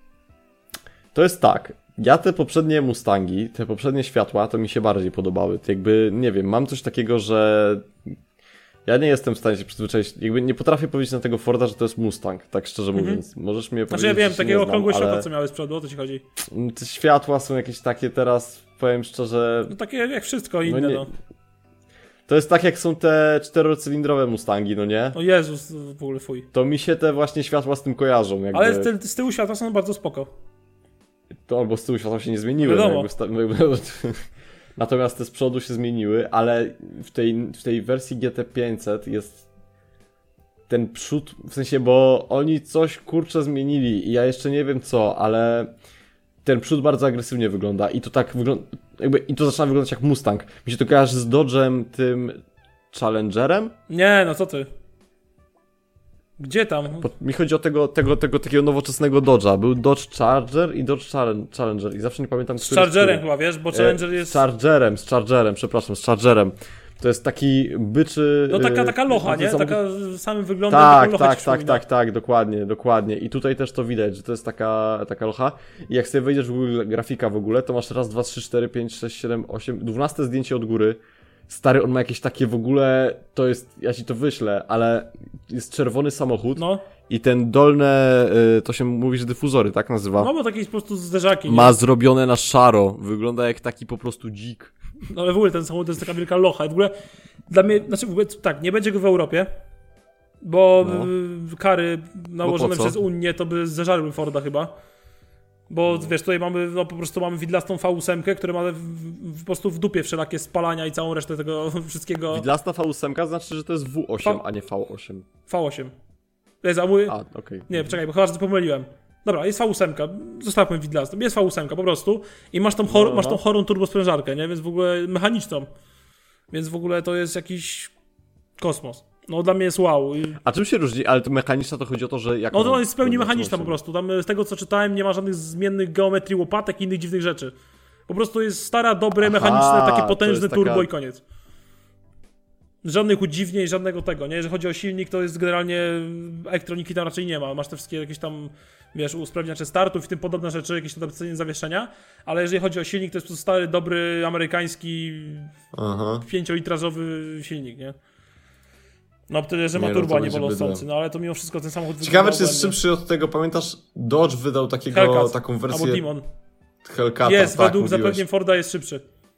to jest tak. Ja te poprzednie Mustangi, te poprzednie światła, to mi się bardziej podobały. To jakby, nie wiem, mam coś takiego, że ja nie jestem w stanie się przyzwyczaić, jakby nie potrafię powiedzieć na tego Forda, że to jest Mustang, tak szczerze mm-hmm. mówiąc. Możesz mnie znaczy, powiedzieć, ja wiem, takiego okrągłe ale... światła, co miały z przodu, o to ci chodzi. Te światła są jakieś takie teraz, powiem szczerze... No takie jak wszystko inne, no. Nie... no. To jest tak jak są te czterocylindrowe Mustangi, no nie? O Jezus, w ogóle fuj. To mi się te właśnie światła z tym kojarzą. Jakby... Ale z, ty, z tyłu światła są bardzo spoko. To albo z tyłu światła się nie zmieniły. No jakby sta... Natomiast te z przodu się zmieniły, ale w tej, w tej wersji G T pięćset jest ten przód, w sensie, bo oni coś kurczę zmienili i ja jeszcze nie wiem co, ale ten przód bardzo agresywnie wygląda i to tak wygląda, jakby i to zaczyna wyglądać jak Mustang. Mi się to kojarzy z Dodge'em tym Challengerem? Nie, no co ty? Gdzie tam? Bo mi chodzi o tego, tego, tego takiego nowoczesnego Dodge'a. Był Dodge Charger i Dodge Challenger i zawsze nie pamiętam, z Chargerem chyba, wiesz, bo Challenger jest... Z Chargerem, z Chargerem, przepraszam, z Chargerem. To jest taki byczy... No taka, taka locha, nie? Samochód... Taka samym wyglądem tak, locha tak, tak, tak, tak, dokładnie, dokładnie. I tutaj też to widać, że to jest taka, taka locha. I jak sobie wejdziesz w Google grafika w ogóle, to masz raz, dwa, trzy, cztery, pięć, sześć, siedem, osiem, dwunaste zdjęcie od góry. Stary, on ma jakieś takie w ogóle, to jest, ja ci to wyślę, ale jest czerwony samochód. No. I ten dolne, to się mówi, że dyfuzory, tak nazywa? No bo takie po prostu zderzaki. Ma nie? zrobione na szaro. Wygląda jak taki po prostu dzik. No ale w ogóle ten samochód to jest taka wielka locha. I w ogóle dla mnie, znaczy w ogóle tak, nie będzie go w Europie, bo no. kary nałożone przez Unię to by zeżarły Forda chyba. Bo no. wiesz, tutaj mamy, no po prostu mamy widlastą V osiem, która ma w, w, po prostu w dupie wszelakie spalania i całą resztę tego wszystkiego. Widlasta V osiem znaczy, że to jest W osiem, v... a nie V osiem. V osiem. Jest, a mój... A, okej. Okay. Nie, czekaj, bo chyba, że to pomyliłem. Dobra, jest V osiem, zostawmy widlastą, jest V osiem po prostu i masz tą, chor- no, no. masz tą chorą turbosprężarkę, nie? Więc w ogóle mechaniczną. Więc w ogóle to jest jakiś kosmos. No dla mnie jest wow. A czym się różni? Ale to mechaniczna to chodzi o to, że jak... No to jest w pełni mechaniczna po prostu. Tam z tego co czytałem nie ma żadnych zmiennych geometrii łopatek i innych dziwnych rzeczy. Po prostu jest stara, dobre, Aha, mechaniczne, takie potężne turbo taka... i koniec. Żadnych udziwnień, żadnego tego, nie? Jeżeli chodzi o silnik, to jest generalnie elektroniki tam raczej nie ma. Masz te wszystkie jakieś tam, wiesz, usprawniacze startów i tym podobne rzeczy, jakieś tam zawieszenia, ale jeżeli chodzi o silnik, to jest po prostu stary, dobry, amerykański pięciolitrażowy silnik, nie? No tyle, że ma nie, turbo, no, a nie bolosący, no ale to mimo wszystko ten samochód... Ciekawe, czy jest szybszy od tego, pamiętasz, Dodge wydał takiego, Hellcat, taką wersję... albo Demon. Hellcata, jest, tak, według mówiłeś. zapewnień Forda jest szybszy.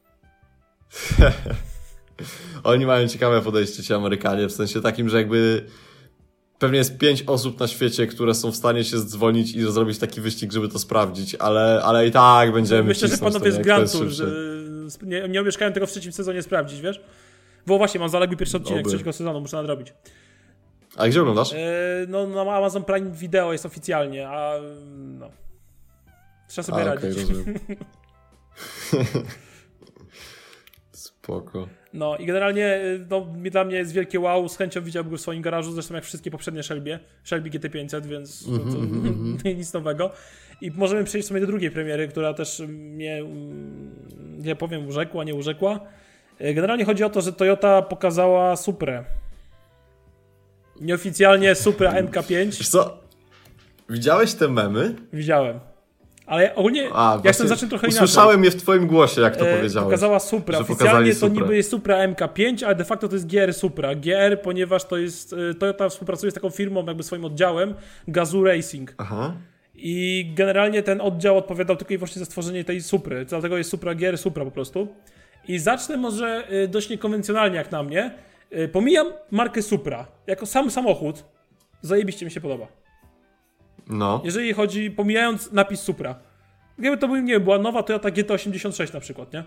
Oni mają ciekawe podejście, ci Amerykanie, w sensie takim, że jakby pewnie jest pięć osób na świecie, które są w stanie się zdzwonić i zrobić taki wyścig, żeby to sprawdzić, ale, ale i tak będziemy Myślę, że panowie z nie, Grand Tour nie, nie omieszkają tego w trzecim sezonie sprawdzić, wiesz? Bo właśnie, mam zaległy pierwszy odcinek Oby. trzeciego sezonu, muszę nadrobić. A gdzie oglądasz? Yy, no na Amazon Prime Video jest oficjalnie, a no... Trzeba sobie a, radzić. Okay, rozumiem. Spoko. No i generalnie no, dla mnie jest wielkie wow, z chęcią widziałbym go w swoim garażu, zresztą jak wszystkie poprzednie Shelby, Shelby G T pięćset, więc to, to, to nic nowego. I możemy przejść sobie do drugiej premiery, która też mnie, nie powiem, urzekła, nie urzekła. Generalnie chodzi o to, że Toyota pokazała Suprę. Nieoficjalnie Supra M K pięć. Wiesz co? Widziałeś te memy? Widziałem. Ale ogólnie A, ja chcę zacząć trochę inaczej. Usłyszałem je w twoim głosie, jak to e, powiedziałeś. Pokazała Supra. Oficjalnie to niby jest Supra M K pięć, ale de facto to jest G R Supra. G R, ponieważ to jest Toyota współpracuje z taką firmą, jakby swoim oddziałem, Gazoo Racing. Aha. I generalnie ten oddział odpowiadał tylko i wyłącznie za stworzenie tej Supry, dlatego jest Supra Gier, Supra po prostu. I zacznę może dość niekonwencjonalnie jak na mnie. Pomijam markę Supra. Jako sam samochód zajebiście mi się podoba. No. Jeżeli chodzi, pomijając napis Supra. Gdyby to był, nie była nowa Toyota G T osiemdziesiąt sześć na przykład, nie?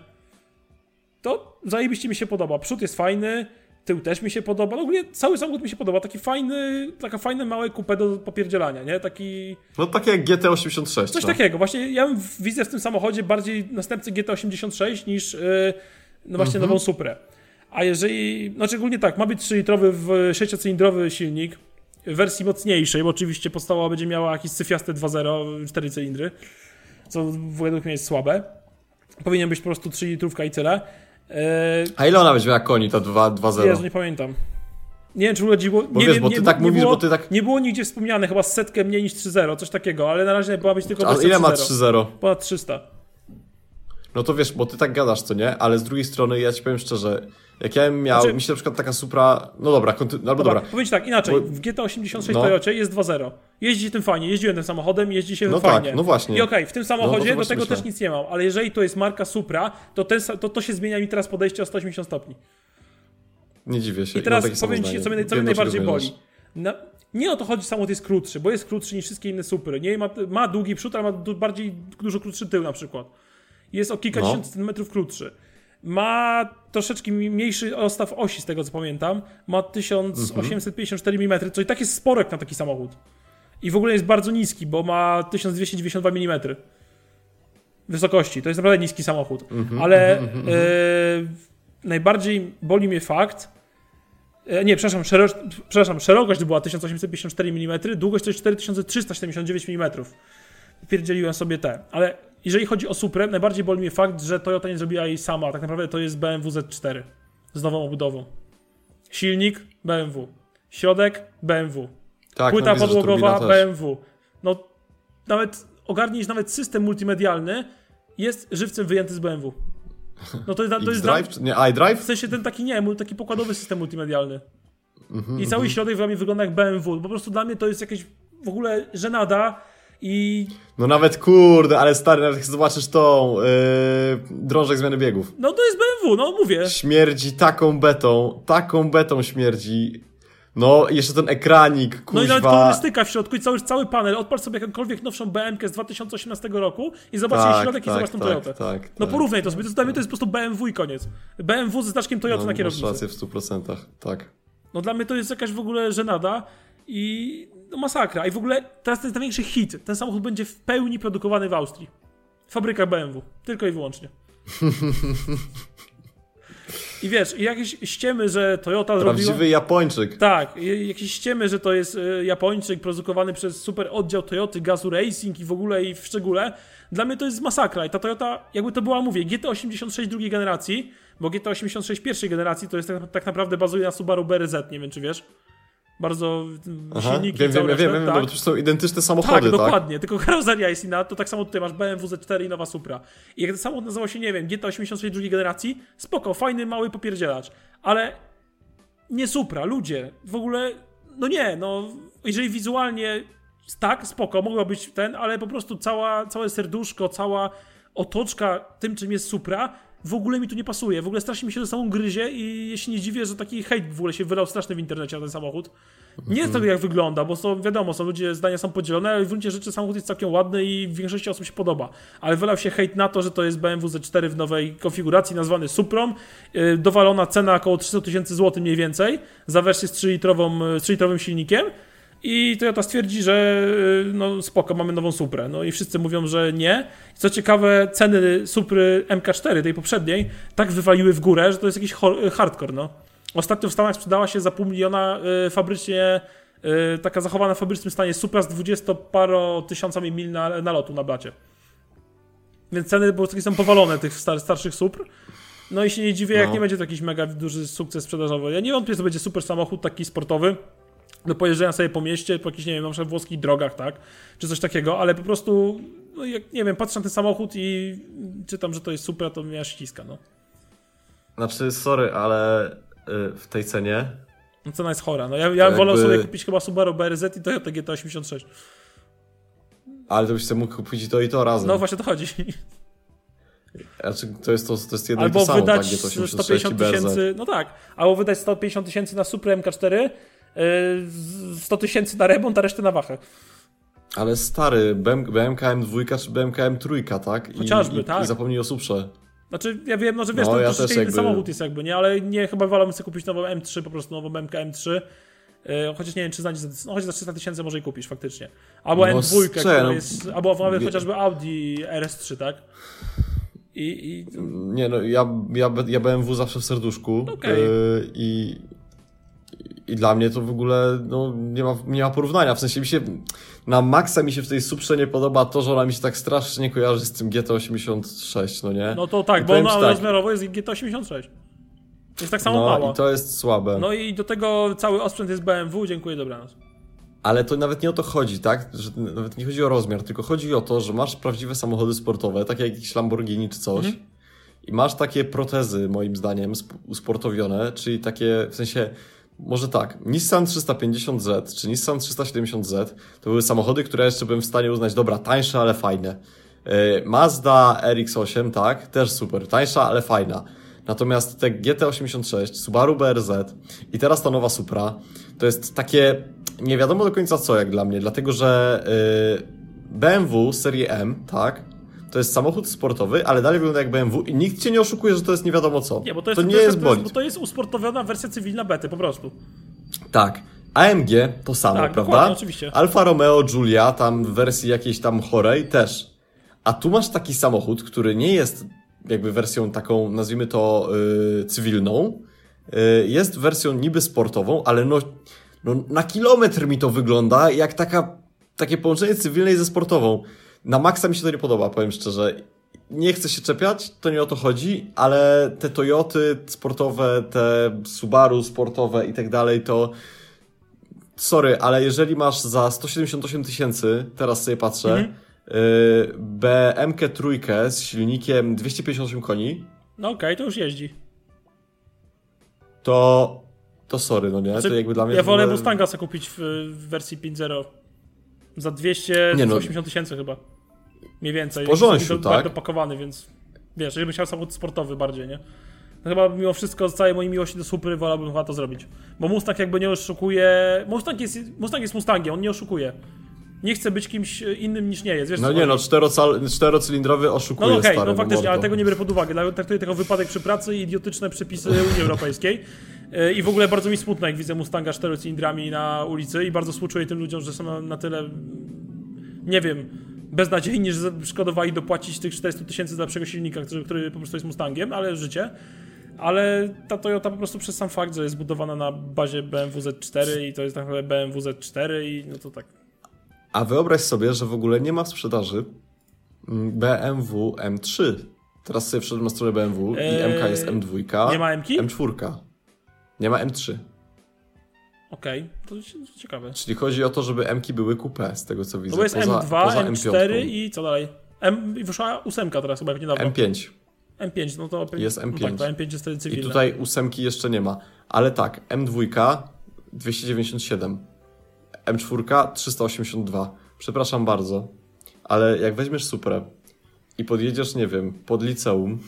To zajebiście mi się podoba. Przód jest fajny, tył też mi się podoba. No ogólnie cały samochód mi się podoba. Taki fajny, taka fajne małe coupé do popierdzielania, nie? Taki... No takie jak G T osiemdziesiąt sześć. Coś no. takiego. Właśnie ja widzę w tym samochodzie bardziej następcy G T osiemdziesiąt sześć niż yy, no właśnie Mhm. nową Suprę. A jeżeli... Znaczy ogólnie tak, ma być trzylitrowy, sześciocylindrowy silnik w wersji mocniejszej, bo oczywiście podstawowa będzie miała jakieś cyfiaste dwa zero, cztery cylindry, co według mnie jest słabe. Powinien być po prostu trzy litrówka i tyle. Yy, A ile ona będzie miała koni, ta dwa zero? Jezu, nie pamiętam. Nie wiem, czy w ogóle dziwo... Bo nie wiesz, wiem, bo ty nie, tak nie mówisz, było, bo ty tak... Nie było nigdzie wspomniane, chyba z setkę mniej niż trzy zero, coś takiego, ale na razie była być tylko A wersja ile ma trzy trzy zero? Ponad trzysta. No to wiesz, bo ty tak gadasz, co nie? Ale z drugiej strony ja ci powiem szczerze, jak ja bym miał, Znaczy- mi się na przykład taka Supra, no dobra, konty... albo dobra. Powiem ci tak, inaczej, Bo- w G T osiemdziesiąt sześć No. Toyocie jest dwa zero. Jeździ się tym fajnie, jeździłem tym samochodem, jeździ się No fajnie. tak, no właśnie. I okej, okay, w tym No, no samochodzie to do właśnie tego myślę. też nic nie mam, ale jeżeli to jest marka Supra, to, ten, to to się zmienia mi teraz podejście o sto osiemdziesiąt stopni. Nie dziwię się. I teraz mam takie powiem ci, samo co mnie, zdanie. co mnie Wiem, do czego najbardziej boli. zmierzasz. Na, nie o to chodzi, samochód jest krótszy, bo jest krótszy niż wszystkie inne Supry. Nie, ma, ma długi przód, ale ma du, bardziej, dużo krótszy tył na przykład. Jest o kilkadziesiąt No. centymetrów krótszy. Ma troszeczkę mniejszy rozstaw osi, z tego co pamiętam. Ma tysiąc osiemset pięćdziesiąt cztery milimetry, co i tak jest sporek na taki samochód. I w ogóle jest bardzo niski, bo ma tysiąc dwieście dziewięćdziesiąt dwa milimetry wysokości. To jest naprawdę niski samochód. Ale e, najbardziej boli mnie fakt, e, nie, przepraszam, szero, przepraszam, szerokość była tysiąc osiemset pięćdziesiąt cztery milimetry, długość to jest cztery tysiące trzysta siedemdziesiąt dziewięć milimetrów. Pierdzieliłem sobie te, ale jeżeli chodzi o Suprę, najbardziej boli mnie fakt, że Toyota nie zrobiła jej sama. Tak naprawdę to jest B M W Z cztery z nową obudową. Silnik B M W. Środek B M W. Tak, Płyta no widzę, że podłogowa turbina też. B M W. No nawet ogarnij, że nawet system multimedialny jest żywcem wyjęty z B M W. No to jest, to jest X-Drive? Czy nie, iDrive? w sensie ten taki nie, taki pokładowy system multimedialny. Mhm, I cały środek dla mnie wygląda jak B M W. Po prostu dla mnie to jest jakieś w ogóle żenada i No nawet kurde, ale stary, nawet jak zobaczysz tą yy, drążek zmiany biegów. no to jest B M W, no mówię. Śmierdzi taką betą, taką betą śmierdzi. No, jeszcze ten ekranik, No i nawet kuźwa. kolorystyka w środku i cały, cały panel. Odpal sobie jakąkolwiek nowszą B M K z dwa tysiące osiemnastego roku i zobacz jej środek i zobacz tą tak, Toyotę. tak, No tak. porównaj to sobie, to dla mnie to jest po prostu B M W i koniec. B M W ze znaczkiem Toyota No, na masz kierownicy. rację w stu procentach, tak. No dla mnie to jest jakaś w ogóle żenada i no masakra. I w ogóle teraz to jest największy hit. Ten samochód będzie w pełni produkowany w Austrii. W fabrykach B M W. Tylko i wyłącznie. I wiesz, i jakieś ściemy, że Toyota zrobiła... Prawdziwy Japończyk. Tak, i- jakieś ściemy, że to jest y, Japończyk produkowany przez super oddział Toyoty, Gazoo Racing i w ogóle i w szczególe. Dla mnie to jest masakra i ta Toyota, jakby to była, mówię, G T osiemdziesiąt sześć drugiej generacji, bo G T osiemdziesiąt sześć pierwszej generacji to jest tak, tak naprawdę bazuje na Subaru B R Z, nie wiem czy wiesz. Bardzo y, Aha, silniki wiem, i całe wiem, wiem, resztę, wiem, tak. no, bo to są identyczne Tak, samochody, tak? dokładnie, tylko karoseria jest inna, to tak samo tutaj masz B M W Z cztery i nowa Supra. I jak ten samochód nazywał się, nie wiem, G T osiemdziesiąt sześć drugiej generacji, spoko, fajny, mały popierdzielacz, ale nie Supra, ludzie, w ogóle, no nie, no, jeżeli wizualnie tak, spoko, mogła być ten, ale po prostu cała, całe serduszko, cała otoczka tym, czym jest Supra, w ogóle mi tu nie pasuje, w ogóle strasznie mi się to samą gryzie i ja się nie dziwię, że taki hejt w ogóle się wylał straszny w internecie na ten samochód. Nie z tego jak wygląda, bo są, wiadomo, są ludzie, zdania są podzielone, ale w gruncie rzeczy samochód jest całkiem ładny i większości osób się podoba. Ale wylał się hejt na to, że to jest B M W Z cztery w nowej konfiguracji nazwany Suprą. Yy, dowalona cena około trzysta tysięcy złotych mniej więcej za wersję z trzylitrowym silnikiem. I Toyota stwierdzi, że yy, no spoko, mamy nową Suprę. No i wszyscy mówią, że nie. Co ciekawe, ceny Supry M K cztery, tej poprzedniej, tak wywaliły w górę, że to jest jakiś ho- hardcore, no. Ostatnio w Stanach sprzedała się za pół miliona y, fabrycznie, y, taka zachowana w fabrycznym stanie Supra z dwudziestoparo tysiącami mil na, nalotu na blacie. Więc ceny po prostu są powalone tych star, starszych Supr. No i się nie dziwię, No. jak nie będzie to jakiś mega duży sukces sprzedażowy. Ja nie wątpię, że to będzie super samochód taki sportowy do pojeżdżania sobie po mieście, po jakichś, nie wiem, na przykład włoskich drogach, tak? Czy coś takiego, ale po prostu, no jak, nie wiem, patrzę na ten samochód i czytam, że to jest Supra, to mnie aż ściska, no. Znaczy, sorry, ale y, w tej cenie... No cena jest chora. No ja, ja To wolę jakby- sobie kupić chyba Subaru B R Z i Toyota G T osiemdziesiąt sześć. Ale to byś sobie mógł kupić to i to razem. No właśnie to chodzi. Znaczy, to jest to, to jest jedno Albo i to samo, wydać tak? G T osiemdziesiąt sto sześć pięćdziesiąt i B R Z. tysięcy, no tak, albo wydać sto pięćdziesiąt tysięcy na Supra M K cztery, yy, sto tysięcy na remont, a resztę na wachę. Ale stary, B M K M dwa czy B M K M trzy, tak? I, Chociażby, i, tak. I zapomnij o Suprze. Znaczy, ja wiem, no, że wiesz, No, to ja troszeczkę też inny jakby- samochód jest jakby, nie? Ale nie, chyba wolałbym sobie kupić nową M trzy, po prostu nową M K M trzy. Yy, chociaż nie wiem, czy znajdziesz, no chociaż za trzysta tysięcy może i kupisz faktycznie. Albo No, M dwa, strze- która no. jest, albo nawet Wie- chociażby Audi R S trzy, tak? I, i Nie no, ja, ja, ja B M W zawsze w serduszku. Okej. Yy, i, I dla mnie to w ogóle no, nie, ma, nie ma porównania. W sensie mi się, na maksa mi się w tej Suprze nie podoba to, że ona mi się tak strasznie kojarzy z tym G T osiemdziesiąt sześć, no nie? no to tak, I bo powiem ona ci tak, rozmiarowo jest G T osiemdziesiąt sześć. Jest tak samo no mała. i to jest słabe. No i do tego cały osprzęt jest B M W, dziękuję, dobranoc. Ale to nawet nie o to chodzi, tak? Że nawet nie chodzi o rozmiar, tylko chodzi o to, że masz prawdziwe samochody sportowe, takie jak jakiś Lamborghini czy coś. Mhm. I masz takie protezy, moim zdaniem, sp- usportowione, czyli takie, w sensie, może tak, Nissan trzysta pięćdziesiąt Z czy Nissan trzysta siedemdziesiąt Z to były samochody, które jeszcze bym w stanie uznać, dobra, tańsze, ale fajne. Yy, Mazda R X osiem, tak, też super, tańsza, ale fajna. Natomiast te G T osiemdziesiąt sześć, Subaru B R Z i teraz ta nowa Supra, to jest takie nie wiadomo do końca co jak dla mnie, dlatego że yy, B M W serii M, tak, to jest samochód sportowy, ale dalej wygląda jak B M W i nikt cię nie oszukuje, że to jest nie wiadomo co. Nie, bo to jest, to nie to jest, jest to jest, bolid. bo to jest usportowiona wersja cywilna bety, po prostu. Tak. A M G to samo, Tak, prawda? dokładnie, oczywiście. Alfa Romeo Giulia, tam w wersji jakiejś tam chorej też. A tu masz taki samochód, który nie jest jakby wersją taką, nazwijmy to yy, cywilną. Yy, jest wersją niby sportową, ale no, no na kilometr mi to wygląda jak taka, takie połączenie cywilnej ze sportową. Na maksa mi się to nie podoba, powiem szczerze. Nie chcę się czepiać, to nie o to chodzi, ale te Toyoty sportowe, te Subaru sportowe i tak dalej, to sorry, ale jeżeli masz za sto siedemdziesiąt osiem tysięcy, teraz sobie patrzę, Mhm. yy, B M K trzy z silnikiem dwieście pięćdziesiąt osiem koni, No okej, to już jeździ. to to sorry, no nie? Znaczy, to jakby dla mnie ja w wolę ogóle- Mustanga sobie kupić w, w wersji pięć zero. Za dwieście osiemdziesiąt Nie no. tysięcy chyba. Mniej więcej. W porządku, Jest tak. dopakowany, więc wiesz, żebym chciał samochód sportowy bardziej, nie? No chyba mimo wszystko z całej mojej miłości do Supry wolałbym chyba to zrobić. Bo Mustang jakby nie oszukuje... Mustang jest, Mustang jest Mustangiem, on nie oszukuje. Nie chce być kimś innym niż nie jest, wiesz No co nie chodzi? no, czterocal- czterocylindrowy oszukuje, No okej, stary, no faktycznie, mordo. ale tego nie biorę pod uwagę. Dla- Traktuję tylko wypadek przy pracy i idiotyczne przepisy Unii Europejskiej. Yy, I w ogóle bardzo mi smutno, jak widzę Mustanga czterocylindrami na ulicy i bardzo współczuję tym ludziom, że są na, na tyle, nie wiem, beznadziejni, że szkodowali dopłacić tych czterysta tysięcy za lepszego silnika, który, który po prostu jest Mustangiem, ale życie. Ale ta Toyota po prostu przez sam fakt, że jest zbudowana na bazie B M W Z cztery i to jest tak naprawdę B M W Z cztery i no to tak. A wyobraź sobie, że w ogóle nie ma w sprzedaży B M W M trzy. Teraz sobie wszedłem na stronę B M W i Eee, M K jest M dwa. nie ma M-ki? M cztery. Nie ma M trzy. Okej, to ciekawe. Czyli chodzi o to, żeby M-ki były coupé, z tego co widzę. No bo jest poza, M dwa, poza M cztery M pięć. i co dalej? M, i wyszła ósemka teraz chyba jak niedawno. M pięć. M pięć, no to Jest M No pięć. tak, to M pięć jest wtedy I cywilne. tutaj ósemki jeszcze nie ma. Ale tak, M dwa dwieście dziewięćdziesiąt siedem. M cztery trzysta osiemdziesiąt dwa. Przepraszam bardzo, ale jak weźmiesz Suprę i podjedziesz, nie wiem, pod liceum,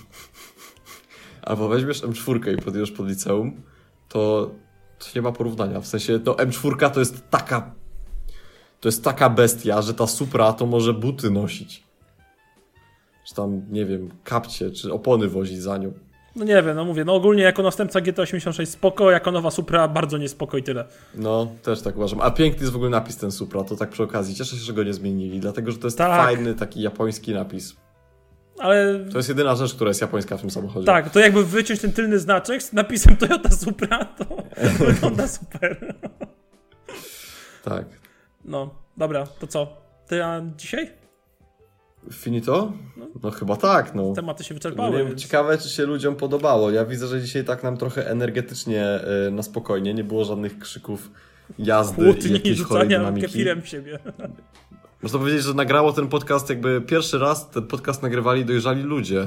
albo weźmiesz M cztery i podjedziesz pod liceum, to, to nie ma porównania. W sensie, no M cztery to jest taka to jest taka bestia, że ta Supra to może buty nosić. Czy tam, nie wiem, kapcie, czy opony wozić za nią. No nie wiem, no mówię, no ogólnie jako następca G T osiemdziesiąt sześć spoko, jako nowa Supra bardzo niespoko i tyle. No, też tak uważam. A piękny jest w ogóle napis ten Supra, to tak przy okazji. Cieszę się, że go nie zmienili, dlatego że to jest Tak. fajny, taki japoński napis. Ale To jest jedyna rzecz, która jest japońska w tym samochodzie. tak, to jakby wyciąć ten tylny znaczek z napisem Toyota Supra, to wygląda super. Tak. No, dobra, to co? Ty a dzisiaj? Finito? No chyba tak, no. Tematy się No wyczerpały. nie wiem, więc... ciekawe, czy się ludziom podobało. Ja widzę, że dzisiaj tak nam trochę energetycznie, y, na spokojnie, nie było żadnych krzyków jazdy i Kłótni, jakiejś chorej rzucania dynamiki. kefirem w siebie. Można powiedzieć, że nagrało ten podcast jakby pierwszy raz ten podcast nagrywali dojrzali ludzie.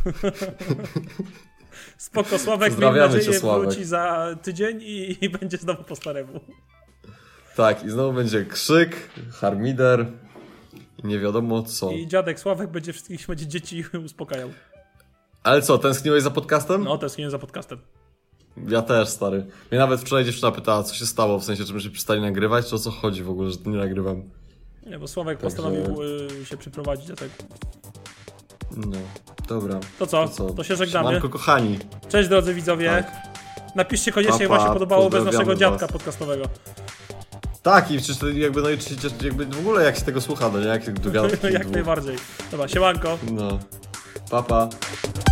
Spoko, Sławek, miejmy Pozdrawiamy cię, nadzieję, Sławek. wróci za tydzień i, i będzie znowu po staremu. Tak, i znowu będzie krzyk, harmider Nie wiadomo co. I dziadek Sławek będzie wszystkich będzie dzieci uspokajał. Ale co, tęskniłeś za podcastem? No, tęskniłem za podcastem. Ja też, stary. Mnie nawet wczoraj dziewczyna pytała, co się stało, w sensie, czy my się przestali nagrywać, czy o co chodzi w ogóle, że to nie nagrywam. Nie, bo Sławek Także- postanowił y, się przyprowadzić do tego. No, dobra. To co? To się żegnamy. Siemanko, kochani. Cześć drodzy widzowie. Tak. Napiszcie koniecznie, jak Pa, pa, wam się podobało bez pozdrawiamy naszego dziadka was. podcastowego. Tak, i czy to jakby, no i czy, czy, jakby w ogóle jak się tego słucha, no nie? Jak do gadki Jak dwóch. najbardziej. Dobra, siemanko. No. Pa, pa.